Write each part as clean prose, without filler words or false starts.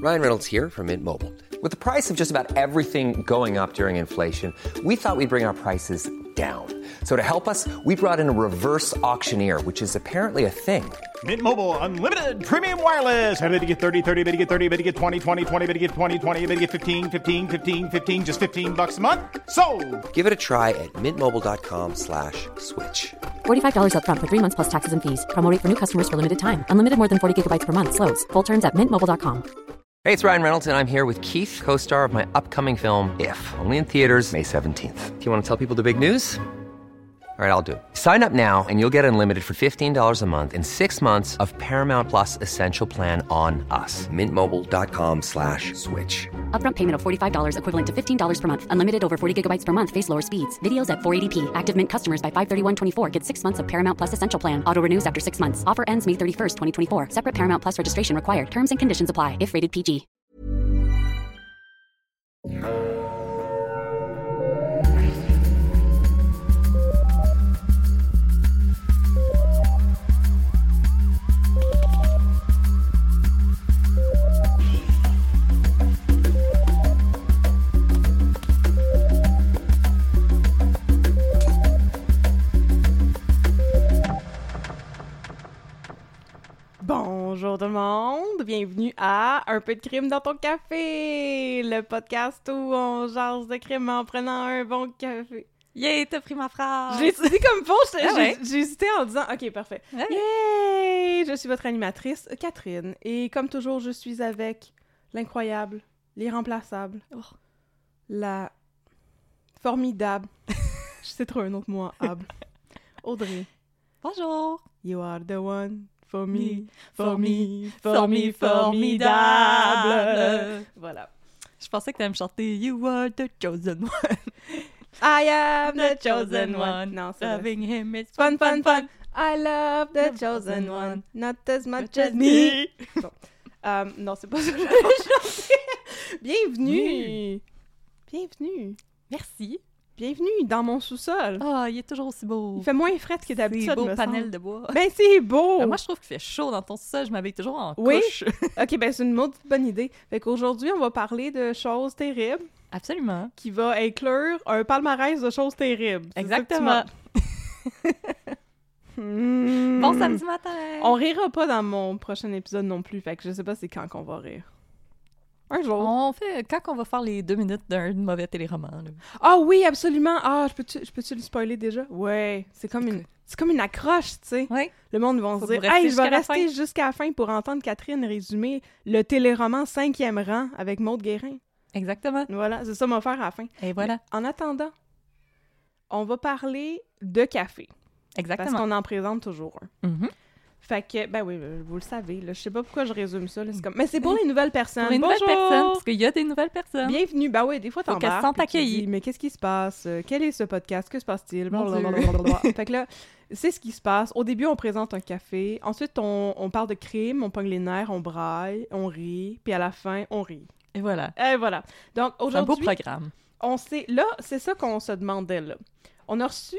Ryan Reynolds here from Mint Mobile. With the price of just about everything going up during inflation, we thought we'd bring our prices down. So to help us, we brought in a reverse auctioneer, which is apparently a thing. Mint Mobile Unlimited Premium Wireless. How to get 30, 30, bit to get 30, bit to get 20, 20, 20, bit to get 20, 20, bit to get 15, 15, 15, 15, just $15 a month? Sold! Give it a try at mintmobile.com/switch. $45 up front for 3 months plus taxes and fees. Promo rate for new customers for limited time. Unlimited more than 40 gigabytes per month. Slows full terms at mintmobile.com. Hey, it's Ryan Reynolds, and I'm here with Keith, co-star of my upcoming film, If, only in theaters May 17th. Do you want to tell people the big news? All right, I'll do it. Sign up now and you'll get unlimited for $15 a month and 6 months of Paramount Plus Essential Plan on us. mintmobile.com/switch. Upfront payment of $45 equivalent to $15 per month. Unlimited over 40 gigabytes per month. Face lower speeds. Videos at 480p. Active Mint customers by 531.24 get 6 months of Paramount Plus Essential Plan. Auto renews after 6 months. Offer ends May 31st, 2024. Separate Paramount Plus registration required. Terms and conditions apply if rated PG. Bonjour tout le monde, bienvenue à Un peu de crime dans ton café, le podcast où on jase de crime en prenant un bon café. Yay, t'as pris ma phrase! Je l'ai dit comme faux, ouais. j'ai hésité en disant « Ok, parfait. Ouais. Yay! Je suis votre animatrice, Catherine, et comme toujours, je suis avec l'incroyable, l'irremplaçable, la formidable, je sais trop un autre mot en able, Audrey. Bonjour! You are the one for me, for me, formidable. Voilà. Je pensais que t'allais me chanter You are the chosen one. I am the chosen one. Non, c'est vrai. Loving him is Fun, fun, fun. I love the chosen one. Not as much as me. Bon. Non, c'est pas ça que je vais chanter. Bienvenue. Bienvenue. Merci. Bienvenue dans mon sous-sol. Oh, il est toujours aussi beau. Il fait moins frais que d'habitude, C'est beau me panel semble. de bois. Ben, c'est beau! Moi, je trouve qu'il fait chaud dans ton sol. Je m'habille toujours en Oui? couche. OK, ben c'est une maudite bonne idée. Fait qu'aujourd'hui, on va parler de choses terribles Absolument. qui va inclure un palmarès de choses terribles. C'est ça que tu Exactement. Bon samedi matin! On rira pas dans mon prochain épisode non plus, fait que je sais pas c'est quand qu'on va rire. Un jour. On fait quand on va faire les 2 minutes d'un mauvais téléroman. Là. Ah oui, absolument! Ah, je peux-tu le spoiler déjà? Ouais, c'est comme une accroche, tu sais. Oui. Le monde va se Faut dire que « vous Hey, restiez je vais jusqu'à la rester fin. jusqu'à la fin pour entendre Catherine résumer le téléroman 5e rang avec Maude Guérin. Exactement. » Voilà, c'est ça qu'on va faire à la fin. Et voilà. Mais en attendant, on va parler de café. Exactement. Parce qu'on en présente toujours un. Mhm. Fait que, ben oui, vous le savez, là, je sais pas pourquoi je résume ça. Là, c'est comme... Mais c'est pour les nouvelles personnes. Pour les nouvelles Bonjour! personnes, parce qu'il y a des nouvelles personnes. Bienvenue. Ben oui, des fois, Faut t'embarques. qu'elles se sentent puis tu accueillies. dis, mais qu'est-ce qui se passe? Quel est ce podcast? Que se passe-t-il? Mon Dieu. Blablabla. Fait que là, c'est ce qui se passe. Au début, on présente un café. Ensuite, on parle de crime, on pogne les nerfs, on braille, on rit. Puis à la fin, on rit. Et voilà. Et voilà. Donc, C'est un beau aujourd'hui, programme. là, c'est ça qu'on se demandait, là. On a reçu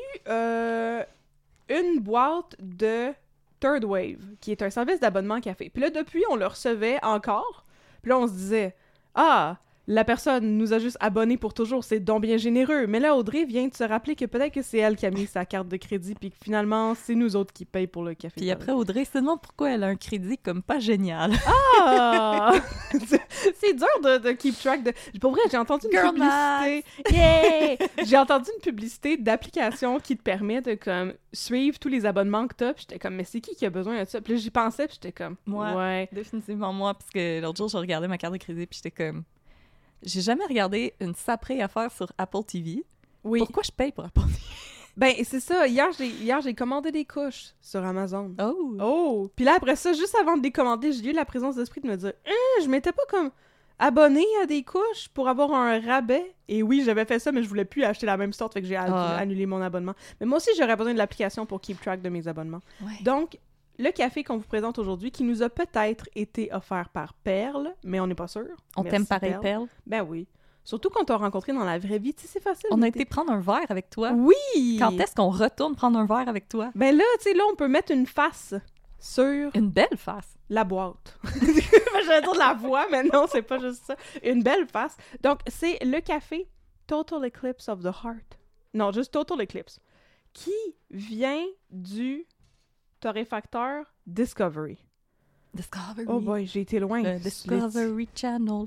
une boîte de Third Wave, qui est un service d'abonnement café. Puis là, depuis, on le recevait encore. Puis là, on se disait « Ah, la personne nous a juste abonnés pour toujours, c'est donc bien généreux. » Mais là, Audrey vient de se rappeler que peut-être que c'est elle qui a mis sa carte de crédit, puis que finalement, c'est nous autres qui payent pour le café. Puis après, Audrey se demande pourquoi elle a un crédit comme pas génial. Ah! C'est dur de keep track de... Pour vrai, j'ai entendu une Girl publicité... Yeah! J'ai entendu une publicité d'application qui te permet de comme suivre tous les abonnements que t'as, puis j'étais comme, mais c'est qui a besoin de ça? Puis là, j'y pensais, puis j'étais comme, Moi. ouais. Définitivement moi, parce que l'autre jour, je regardais ma carte de crédit, puis j'étais comme... J'ai jamais regardé une saprée affaire sur Apple TV. Oui. Pourquoi je paye pour Apple TV? Ben, c'est ça. Hier, j'ai commandé des couches sur Amazon. Oh! Oh! Puis là, après ça, juste avant de les commander, j'ai eu la présence d'esprit de me dire « je m'étais pas comme abonnée à des couches pour avoir un rabais. » Et oui, j'avais fait ça, mais je voulais plus acheter la même sorte, fait que j'ai annulé mon abonnement. Mais moi aussi, j'aurais besoin de l'application pour keep track de mes abonnements. Ouais. Donc, le café qu'on vous présente aujourd'hui, qui nous a peut-être été offert par Perle, mais on n'est pas sûr. On Merci, t'aime pareil, Perle. Ben oui. Surtout quand on t'a rencontré dans la vraie vie, tu sais, c'est facile. On a été prendre un verre avec toi. Oui! Quand est-ce qu'on retourne prendre un verre avec toi? Ben là, tu sais, là, on peut mettre une face sur Une belle face. la boîte. J'allais dire de la voix, mais non, c'est pas juste ça. Une belle face. Donc, c'est le café Total Eclipse of the Heart. Non, juste Total Eclipse. Qui vient du torréfacteur Discovery. Discovery. Oh boy, j'ai été loin. Le Discovery Channel.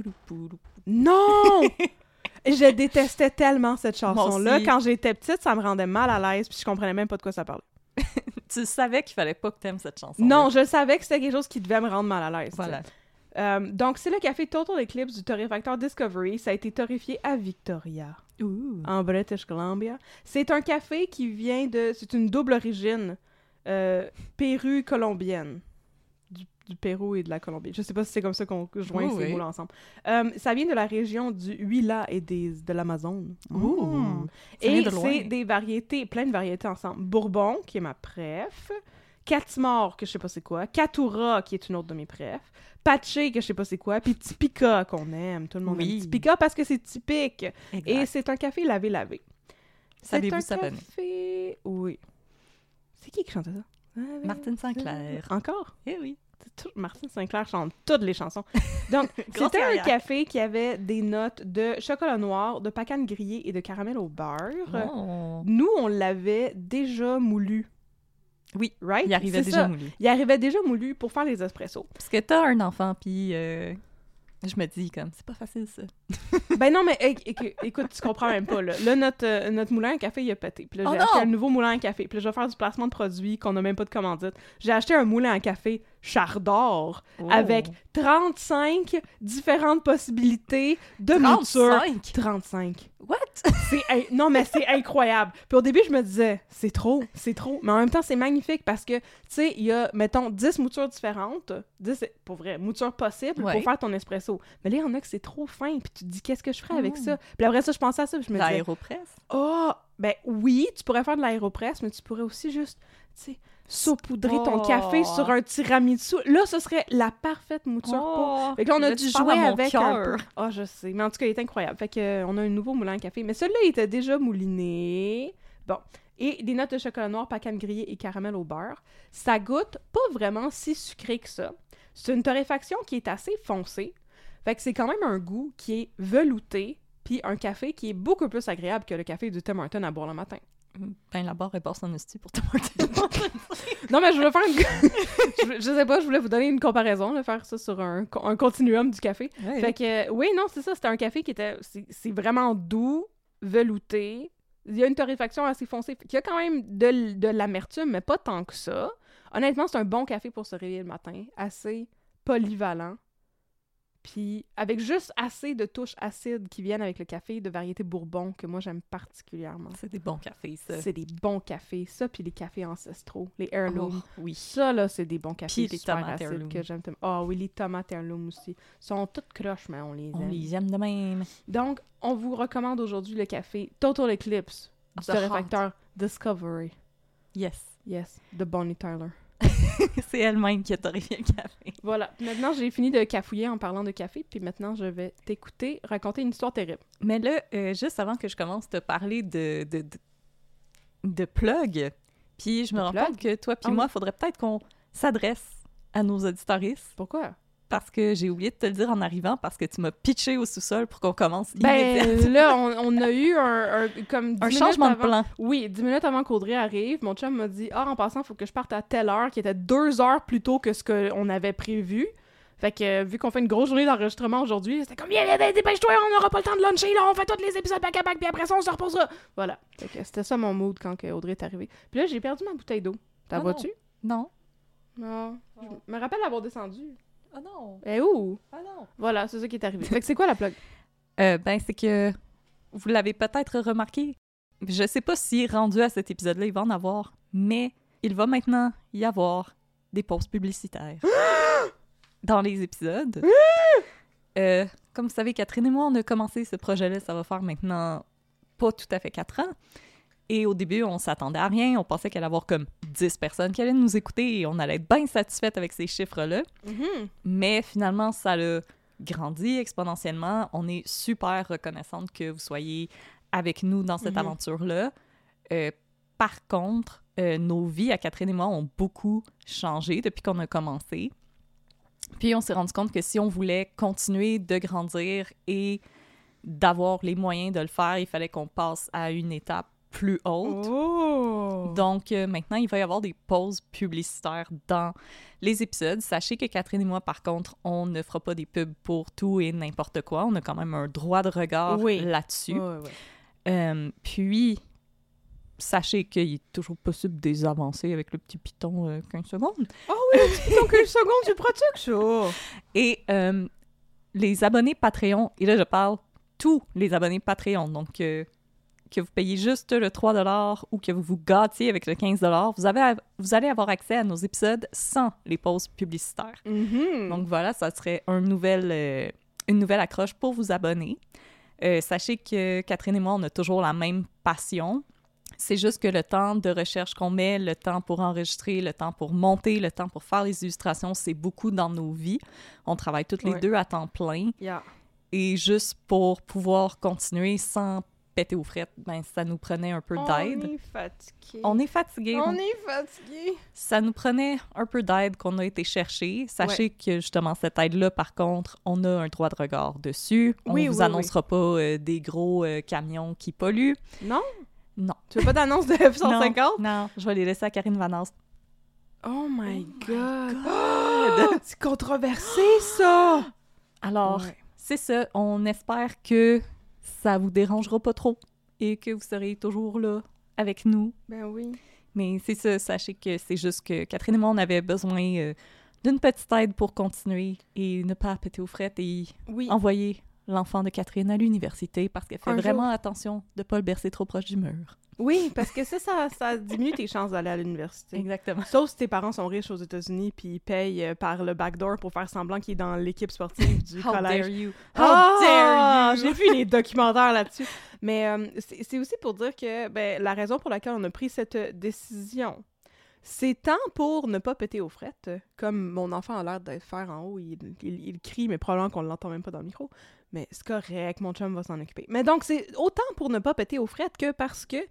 Non! Je détestais tellement cette chanson-là. Moi aussi. Quand j'étais petite, ça me rendait mal à l'aise, puis je comprenais même pas de quoi ça parlait. Tu savais qu'il fallait pas que t'aimes cette chanson. Non, je savais que c'était quelque chose qui devait me rendre mal à l'aise. Voilà. tu sais. Donc, c'est le café Total Eclipse du torréfacteur Discovery. Ça a été torréfié à Victoria, en British Columbia. C'est un café qui vient de... C'est une double origine péru-colombienne. Du Pérou et de la Colombie. Je sais pas si c'est comme ça qu'on joint ces mots-là ensemble. Ça vient de la région du Huila et de l'Amazone. Ça vient Et de loin. c'est des variétés, plein de variétés ensemble. Bourbon, qui est ma préf. Katmor, que je sais pas c'est quoi. Caturra, qui est une autre de mes préfs. Paché, que je sais pas c'est quoi. Puis Typica, qu'on aime. Tout le monde aime Typica parce que c'est typique. Exact. Et c'est un café lavé. Savez-vous c'est un savonner? café... Oui. C'est qui chantait ça? Martine Sinclair. Encore? Eh oui. Martine Sinclair chante toutes les chansons. Donc, Grosse c'était un carrière. café qui avait des notes de chocolat noir, de pacane grillée et de caramel au beurre. Oh. Nous, on l'avait déjà moulu. Oui, Right? il arrivait C'est déjà ça. moulu. Il arrivait déjà moulu pour faire les espressos. Parce que t'as un enfant, puis je me dis comme, c'est pas facile ça. Ben non, mais écoute, tu comprends même pas. Là notre moulin à café, il a pété. Puis là, Oh j'ai non! acheté un nouveau moulin à café. Puis là, je vais faire du placement de produits qu'on n'a même pas de commandite. J'ai acheté un moulin à café Chardor avec 35 différentes possibilités de mouture. 35. What? Non, mais c'est incroyable. Puis au début, je me disais, c'est trop. Mais en même temps, c'est magnifique parce que, tu sais, il y a, mettons, 10 moutures différentes. 10, pour vrai, moutures possibles Ouais. pour faire ton espresso. Mais là, il y en a que c'est trop fin. Puis tu te dis, qu'est-ce que je ferais avec ça? Puis après ça, je pensais à ça. Puis je me disais, L'aéropresse? ben oui, tu pourrais faire de l'aéropresse, mais tu pourrais aussi juste, tu sais, saupoudrer ton café sur un tiramisu. Là, ce serait la parfaite mouture pour... Fait que là, on a dû jouer avec un peu. Ah, je sais. Mais en tout cas, il est incroyable. Fait que on a un nouveau moulin à café. Mais celui-là, il était déjà mouliné. Bon. Et des notes de chocolat noir, pacane grillée et caramel au beurre. Ça goûte pas vraiment si sucré que ça. C'est une torréfaction qui est assez foncée. Fait que c'est quand même un goût qui est velouté, puis un café qui est beaucoup plus agréable que le café du Tim Hortons à boire le matin. Ben, la barre est basse en esti pour Tim Hortons. Non, mais je voulais faire une... je sais pas, je voulais vous donner une comparaison, là, faire ça sur un continuum du café. Ouais. Fait que, oui, non, c'est ça, c'était un café qui était... C'est vraiment doux, velouté. Il y a une torréfaction assez foncée. Il y a quand même de l'amertume, mais pas tant que ça. Honnêtement, c'est un bon café pour se réveiller le matin. Assez polyvalent. Puis avec juste assez de touches acides qui viennent avec le café de variété Bourbon, que moi, j'aime particulièrement. C'est des bons cafés, ça. C'est des bons cafés. Ça, puis les cafés ancestraux, les heirlooms. Oh, oui. Ça, là, c'est des bons cafés Puis les super tomates acides heirloom. que j'aime. Ah oui, les tomates heirloom aussi. Ils sont toutes croches, mais on les aime. On les aime de même. Donc, on vous recommande aujourd'hui le café Total Eclipse du The torréfacteur Discovery. Yes. Yes, de Bonnie Tyler. C'est elle-même qui a torréfié le café. Voilà. Maintenant, j'ai fini de cafouiller en parlant de café, puis maintenant, je vais t'écouter raconter une histoire terrible. Mais là, juste avant que je commence à te parler de plug, puis je me De rends plug? compte que toi puis Ah moi, oui. il faudrait peut-être qu'on s'adresse à nos auditoristes, Pourquoi? parce que j'ai oublié de te le dire en arrivant, parce que tu m'as pitché au sous-sol pour qu'on commence Ben immédiatement. là, on a eu comme 10 Un minutes changement de avant- plan. Oui, 10 minutes avant qu'Audrey arrive, mon chum m'a dit « Ah, en passant, il faut que je parte à telle heure, qui était 2 heures plus tôt que ce qu'on avait prévu. » Fait que, vu qu'on fait une grosse journée d'enregistrement aujourd'hui, c'était comme « Viens, dépêche-toi, on n'aura pas le temps de luncher, là, on fait tous les épisodes back-à-back, puis après ça, on se reposera. » Voilà. Fait que c'était ça mon mood quand Audrey est arrivée. Puis là, j'ai perdu ma bouteille d'eau. T'as Ah vois-tu? Non. Non. Je me rappelle l'avoir descendue. Ah non. Eh où? Ah non. Voilà, c'est ça qui est arrivé. Fait que c'est quoi la plug? Ben, c'est que vous l'avez peut-être remarqué. Je sais pas si rendu à cet épisode-là, il va en avoir, mais il va maintenant y avoir des pauses publicitaires dans les épisodes. Comme vous savez, Catherine et moi, on a commencé ce projet-là, ça va faire maintenant pas tout à fait 4 ans. Et au début, on s'attendait à rien. On pensait qu'elle allait avoir comme 10 personnes qui allaient nous écouter et on allait être bien satisfaite avec ces chiffres-là. Mhm. Mais finalement, ça a grandi exponentiellement. On est super reconnaissante que vous soyez avec nous dans cette Mhm. aventure-là. Par contre, nos vies à Catherine et moi ont beaucoup changé depuis qu'on a commencé. Puis on s'est rendu compte que si on voulait continuer de grandir et d'avoir les moyens de le faire, il fallait qu'on passe à une étape plus haute. Oh! Donc, maintenant, il va y avoir des pauses publicitaires dans les épisodes. Sachez que Catherine et moi, par contre, on ne fera pas des pubs pour tout et n'importe quoi. On a quand même un droit de regard là-dessus. Puis, sachez qu'il est toujours possible de les avancer avec le petit piton 15 secondes. Oh oui, le petit piton 15 secondes, c'est pratique, ça! Et les abonnés Patreon, et là, je parle tous les abonnés Patreon, donc... que vous payez juste le 3$ ou que vous vous gâtiez avec le 15$, vous allez avoir accès à nos épisodes sans les pauses publicitaires. Mm-hmm. Donc voilà, ça serait une nouvelle accroche pour vous abonner. Sachez que Catherine et moi, on a toujours la même passion. C'est juste que le temps de recherche qu'on met, le temps pour enregistrer, le temps pour monter, le temps pour faire les illustrations, c'est beaucoup dans nos vies. On travaille toutes les deux à temps plein. Yeah. Et juste pour pouvoir continuer sans péter aux frettes, ben ça nous prenait un peu d'aide. On est fatigué. Ça nous prenait un peu d'aide qu'on a été chercher. Sachez que justement, cette aide-là, par contre, on a un droit de regard dessus. On ne vous annoncera pas des gros camions qui polluent. Non? Non. Tu veux pas d'annonce de F-150? Non, je vais les laisser à Karine Vanasse. Oh my God! C'est controversé, ça! Alors, c'est ça. On espère que ça vous dérangera pas trop et que vous serez toujours là avec nous. Ben oui. Mais c'est ça, sachez que c'est juste que Catherine et moi, on avait besoin d'une petite aide pour continuer et ne pas péter aux frettes et envoyer l'enfant de Catherine à l'université parce qu'elle fait vraiment attention de ne pas le bercer trop proche du mur. Oui, parce que ça diminue tes chances d'aller à l'université. Exactement. Sauf si tes parents sont riches aux États-Unis puis ils payent par le backdoor pour faire semblant qu'il est dans l'équipe sportive du collège. How dare you! How dare you! J'ai vu les documentaires là-dessus. Mais c'est aussi pour dire que la raison pour laquelle on a pris cette décision, c'est tant pour ne pas péter aux frettes, comme mon enfant a l'air d'être faire en haut, il crie, mais probablement qu'on ne l'entend même pas dans le micro. Mais c'est correct, mon chum va s'en occuper. Mais donc, c'est autant pour ne pas péter aux frettes que parce que,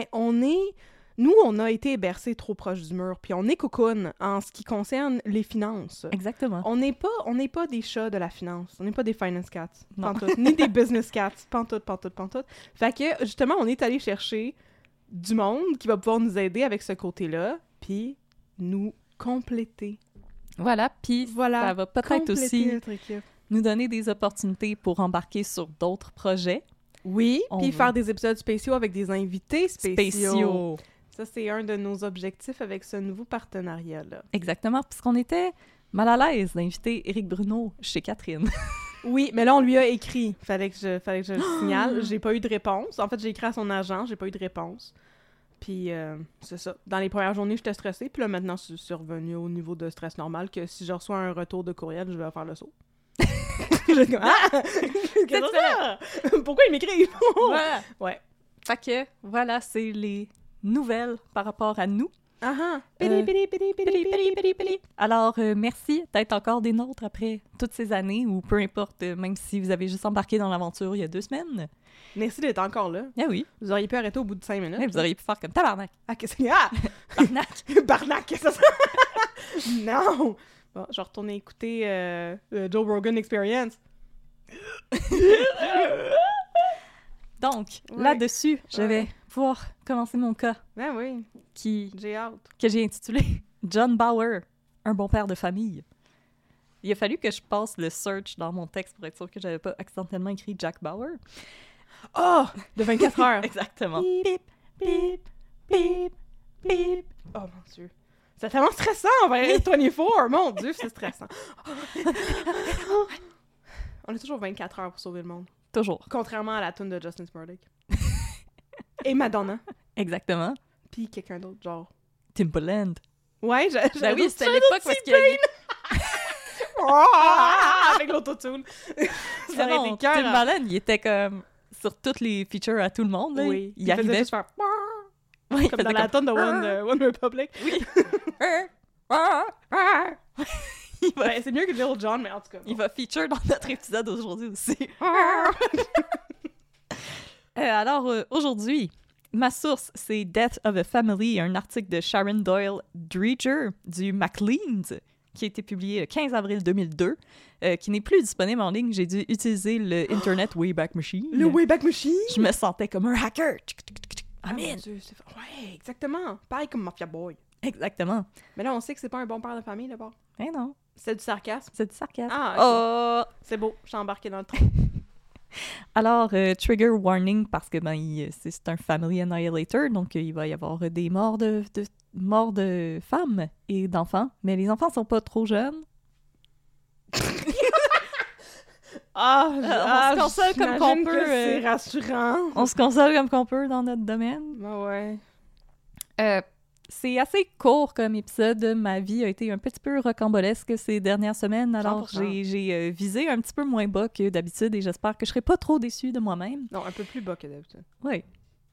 on a été bercés trop proche du mur, puis on est cocoon en ce qui concerne les finances. Exactement. On n'est pas des chats de la finance. On n'est pas des finance cats, pantoute, ni des business cats, pantoute. Fait que, justement, on est allé chercher du monde qui va pouvoir nous aider avec ce côté-là, puis nous compléter. Voilà, puis ça va peut-être aussi nous donner des opportunités pour embarquer sur d'autres projets. Oui, puis faire des épisodes spéciaux avec des invités spéciaux. Ça, c'est un de nos objectifs avec ce nouveau partenariat-là. Exactement, puisqu'on était mal à l'aise d'inviter Éric Bruno chez Catherine. Oui, mais là, on lui a écrit. Fallait que je le signale. J'ai pas eu de réponse. En fait, j'ai écrit à son agent, j'ai pas eu de réponse. Puis, c'est ça. Dans les premières journées, j'étais stressée. Puis là, maintenant, je suis revenue au niveau de stress normal que si je reçois un retour de courriel, je vais faire le saut. Je dis, qu'est-ce que c'est ça? Pourquoi ils m'écrivent? Voilà. Ouais. Fait que, voilà, c'est les nouvelles par rapport à nous. Alors, merci d'être encore des nôtres après toutes ces années, ou peu importe, même si vous avez juste embarqué dans l'aventure il y a 2 semaines. Merci d'être encore là. Ah oui. Vous auriez pu arrêter au bout de 5 minutes. Ouais, vous auriez pu faire comme tabarnak. Ah, qu'est-ce que c'est? Ah! Barnac. Barnac, qu'est-ce que c'est? Non! Bon, je vais retourner écouter Joe Rogan Experience. Donc, là-dessus, je vais pouvoir commencer mon cas. Ben oui. J'ai hâte. Que j'ai intitulé John Bauer, un bon père de famille. Il a fallu que je passe le search dans mon texte pour être sûr que j'avais pas accidentellement écrit Jack Bauer. Oh! De 24 heures. Exactement. Bip, bip, bip, bip. Oh mon Dieu. C'est tellement stressant, 24, mon Dieu, c'est stressant. On a toujours 24 heures pour sauver le monde. Toujours. Contrairement à la tune de Justin Timberlake. Et Madonna. Exactement. Puis quelqu'un d'autre, genre... Timbaland. Ouais, ben oui, c'était l'époque parce qu'il y a eu... avec l'autotune. Ça aurait été cœur. Timbaland, il était comme sur toutes les features à tout le monde. Là. Oui. Il arrivait juste faire... Oui, comme dans la tonne de One Republic. Oui. C'est mieux que Little John, mais en tout cas. Il va feature dans notre épisode aujourd'hui aussi. Alors, aujourd'hui, Ma source, c'est Death of a Family, un article de Sharon Doyle Dreger du Maclean's, qui a été publié le 15 avril 2002, qui n'est plus disponible en ligne. J'ai dû utiliser le Internet Wayback Machine. Le Wayback Machine? Je me sentais comme un hacker. Ah, mon Dieu, ouais, exactement. Pareil comme Mafia Boy. Exactement. Mais là, on sait que c'est pas un bon père de famille, là-bas. Eh non, C'est du sarcasme. c'est du sarcasme. Ah, ok. Oh! C'est beau, je suis embarquée dans le train. Alors, trigger warning, parce que c'est un family annihilator, donc il va y avoir des morts de femmes et d'enfants, mais les enfants sont pas trop jeunes. On se console comme qu'on peut, C'est rassurant. On se console comme qu'on peut dans notre domaine. Ben ouais. C'est assez court comme épisode. Ma vie a été un petit peu rocambolesque ces dernières semaines, alors 100%. j'ai visé un petit peu moins bas que d'habitude et j'espère que je serai pas trop déçue de moi-même. Non, un peu plus bas que d'habitude. Oui.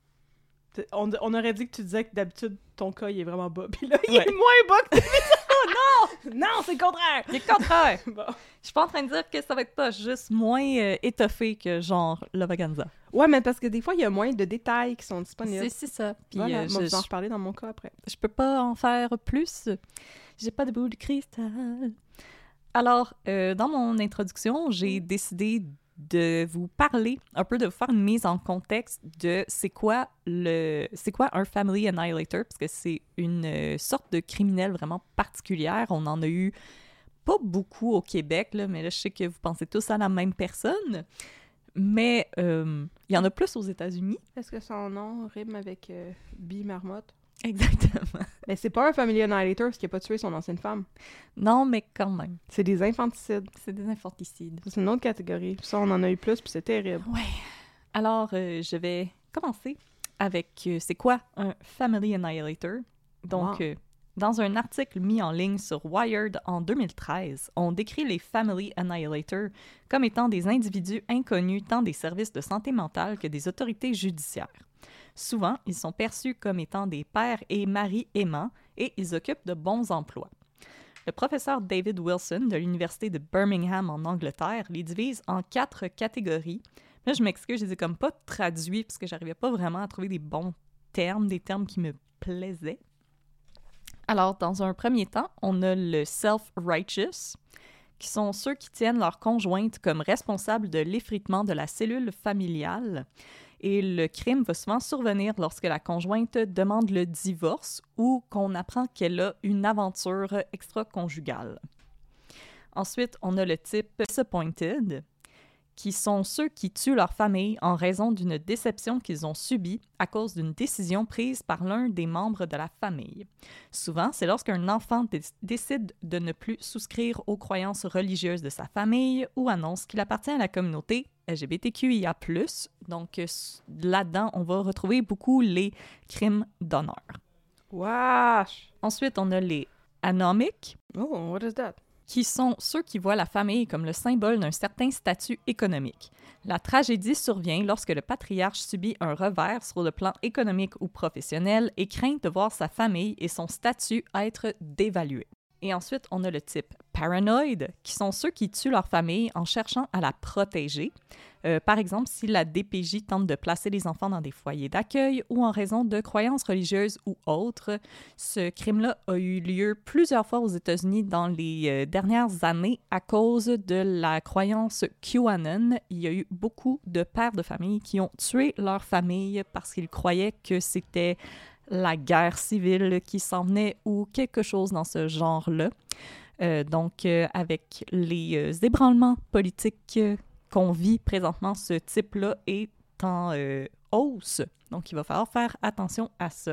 On aurait dit que tu disais que d'habitude, ton cas, il est vraiment bas. Puis là, il Ouais. est moins bas que oh non! Non, c'est le contraire! C'est le contraire! Bon. Je suis pas en train de dire que ça va être pas juste moins étoffé que genre Lavaganza. Ouais, mais parce que des fois, il y a moins de détails qui sont disponibles. C'est ça. Puis Voilà, moi, je vais en je reparler dans mon cas après. peux pas en faire plus. J'ai pas de boule de cristal. Alors, dans mon introduction, j'ai décidé de vous parler un peu, de vous faire une mise en contexte de c'est quoi un family annihilator, parce que c'est une sorte de criminel vraiment particulière. On en a eu pas beaucoup au Québec, là, mais là, je sais que vous pensez tous à la même personne. Mais il y en a plus aux États-Unis. Est-ce que son nom rime avec Bee Marmotte? Exactement. Mais c'est pas un family annihilator parce qu'il a pas tué son ancienne femme. Non, mais quand même. C'est des infanticides. C'est des infanticides. C'est une autre catégorie. Ça, on en a eu plus, puis c'est terrible. Ouais. Alors, je vais commencer avec c'est quoi un family annihilator. Donc, Wow. dans un article mis en ligne sur Wired en 2013, on décrit les family annihilators comme étant des individus inconnus tant des services de santé mentale que des autorités judiciaires. Souvent, ils sont perçus comme étant des pères et maris aimants et ils occupent de bons emplois. Le professeur David Wilson de l'Université de Birmingham en Angleterre les divise en 4 catégories. Là, je m'excuse, je les ai comme pas traduits parce que j'arrivais pas vraiment à trouver des bons termes, des termes qui me plaisaient. Alors, dans un premier temps, on a le self-righteous, qui sont ceux qui tiennent leur conjointe comme responsable de l'effritement de la cellule familiale. Et le crime va souvent survenir lorsque la conjointe demande le divorce ou qu'on apprend qu'elle a une aventure extra-conjugale. Ensuite, on a le type disappointed, qui sont ceux qui tuent leur famille en raison d'une déception qu'ils ont subie à cause d'une décision prise par l'un des membres de la famille. Souvent, c'est lorsqu'un enfant décide de ne plus souscrire aux croyances religieuses de sa famille ou annonce qu'il appartient à la communauté LGBTQIA+. Donc, là-dedans, on va retrouver beaucoup les crimes d'honneur. Wesh! Ensuite, on a les anomiques, Oh, what is that? qui sont ceux qui voient la famille comme le symbole d'un certain statut économique. La tragédie survient lorsque le patriarche subit un revers sur le plan économique ou professionnel et craint de voir sa famille et son statut être dévalués. Et ensuite, on a le type paranoïde, qui sont ceux qui tuent leur famille en cherchant à la protéger. Par exemple, si la DPJ tente de placer les enfants dans des foyers d'accueil ou en raison de croyances religieuses ou autres. Ce crime-là a eu lieu plusieurs fois aux États-Unis dans les dernières années à cause de la croyance QAnon. Il y a eu beaucoup de pères de famille qui ont tué leur famille parce qu'ils croyaient que c'était la guerre civile qui s'en venait ou quelque chose dans ce genre-là. Donc, avec les ébranlements politiques qu'on vit présentement, ce type-là est en hausse. Donc, il va falloir faire attention à ça.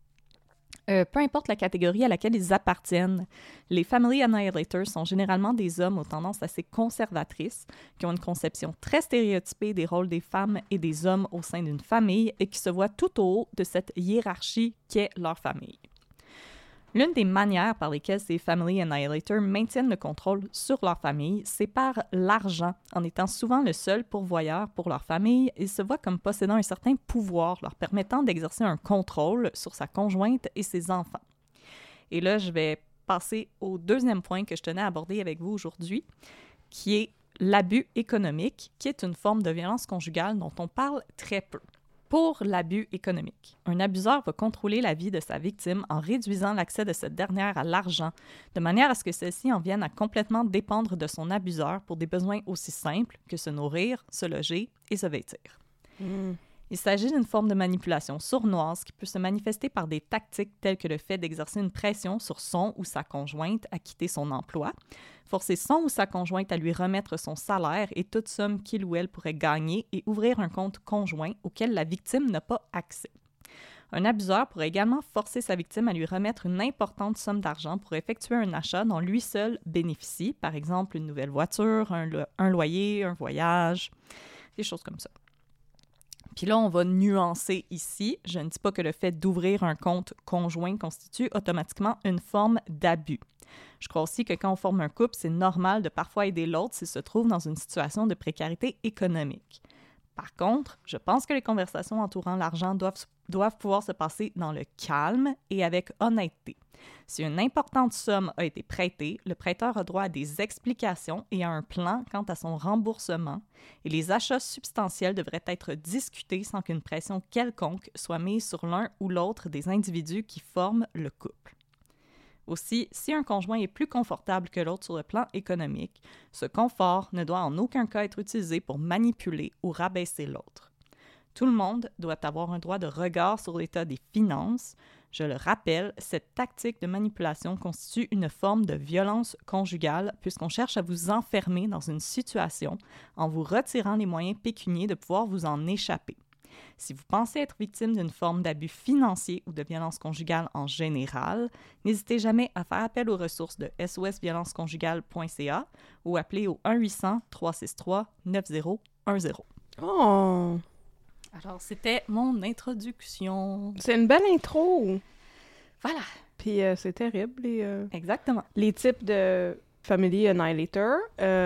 Peu importe la catégorie à laquelle ils appartiennent, les family annihilators sont généralement des hommes aux tendances assez conservatrices, qui ont une conception très stéréotypée des rôles des femmes et des hommes au sein d'une famille et qui se voient tout au haut de cette hiérarchie qu'est leur famille. L'une des manières par lesquelles ces family annihilators maintiennent le contrôle sur leur famille, c'est par l'argent. En étant souvent le seul pourvoyeur pour leur famille, ils se voient comme possédant un certain pouvoir, leur permettant d'exercer un contrôle sur sa conjointe et ses enfants. Et là, je vais passer au deuxième point que je tenais à aborder avec vous aujourd'hui, qui est l'abus économique, qui est une forme de violence conjugale dont on parle très peu. Pour l'abus économique, un abuseur va contrôler la vie de sa victime en réduisant l'accès de cette dernière à l'argent, de manière à ce que celle-ci en vienne à complètement dépendre de son abuseur pour des besoins aussi simples que se nourrir, se loger et se vêtir. Il s'agit d'une forme de manipulation sournoise qui peut se manifester par des tactiques telles que le fait d'exercer une pression sur son ou sa conjointe à quitter son emploi, forcer son ou sa conjointe à lui remettre son salaire et toute somme qu'il ou elle pourrait gagner et ouvrir un compte conjoint auquel la victime n'a pas accès. Un abuseur pourrait également forcer sa victime à lui remettre une importante somme d'argent pour effectuer un achat dont lui seul bénéficie, par exemple une nouvelle voiture, un loyer, un voyage, des choses comme ça. Puis là, on va nuancer ici. Je ne dis pas que le fait d'ouvrir un compte conjoint constitue automatiquement une forme d'abus. Je crois aussi que quand on forme un couple, c'est normal de parfois aider l'autre s'il se trouve dans une situation de précarité économique. Par contre, je pense que les conversations entourant l'argent doivent pouvoir se passer dans le calme et avec honnêteté. Si une importante somme a été prêtée, le prêteur a droit à des explications et à un plan quant à son remboursement, et les achats substantiels devraient être discutés sans qu'une pression quelconque soit mise sur l'un ou l'autre des individus qui forment le couple. Aussi, si un conjoint est plus confortable que l'autre sur le plan économique, ce confort ne doit en aucun cas être utilisé pour manipuler ou rabaisser l'autre. Tout le monde doit avoir un droit de regard sur l'état des finances. Je le rappelle, cette tactique de manipulation constitue une forme de violence conjugale puisqu'on cherche à vous enfermer dans une situation en vous retirant les moyens pécuniaires de pouvoir vous en échapper. Si vous pensez être victime d'une forme d'abus financier ou de violence conjugale en général, n'hésitez jamais à faire appel aux ressources de sosviolenceconjugale.ca ou appeler au 1-800-363-9010. Oh! Alors, c'était mon introduction. C'est une belle intro! Voilà. Puis c'est terrible, Exactement. les types de Family Annihilator.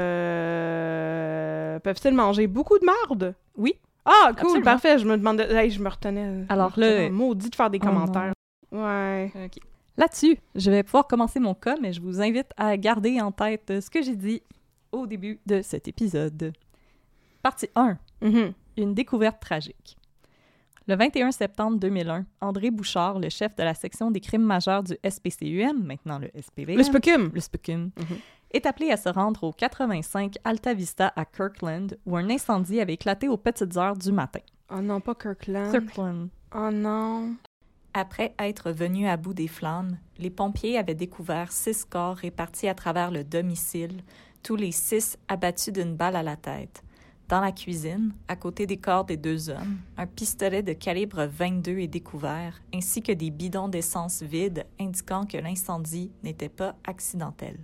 Peuvent-ils manger beaucoup de marde? Oui. Ah, cool, Absolument. Parfait. Je me demandais... Hey, je me retenais. Alors là... là... Maudit de faire des Oh commentaires. Ouais. OK. Là-dessus, je vais pouvoir commencer mon cas, mais je vous invite à garder en tête ce que j'ai dit au début de cet épisode. Partie 1. Mhm. Une découverte tragique. Le 21 septembre 2001, André Bouchard, le chef de la section des crimes majeurs du SPCUM, maintenant le SPVM, Le Specum. est appelé à se rendre au 85 Alta Vista à Kirkland, où un incendie avait éclaté aux petites heures du matin. Oh non, pas Kirkland. Kirkland. Oh non. Après être venus à bout des flammes, les pompiers avaient découvert 6 corps répartis à travers le domicile, tous les 6 abattus d'une balle à la tête. Dans la cuisine, à côté des corps des 2 hommes, un pistolet de calibre 22 est découvert, ainsi que des bidons d'essence vides indiquant que l'incendie n'était pas accidentel.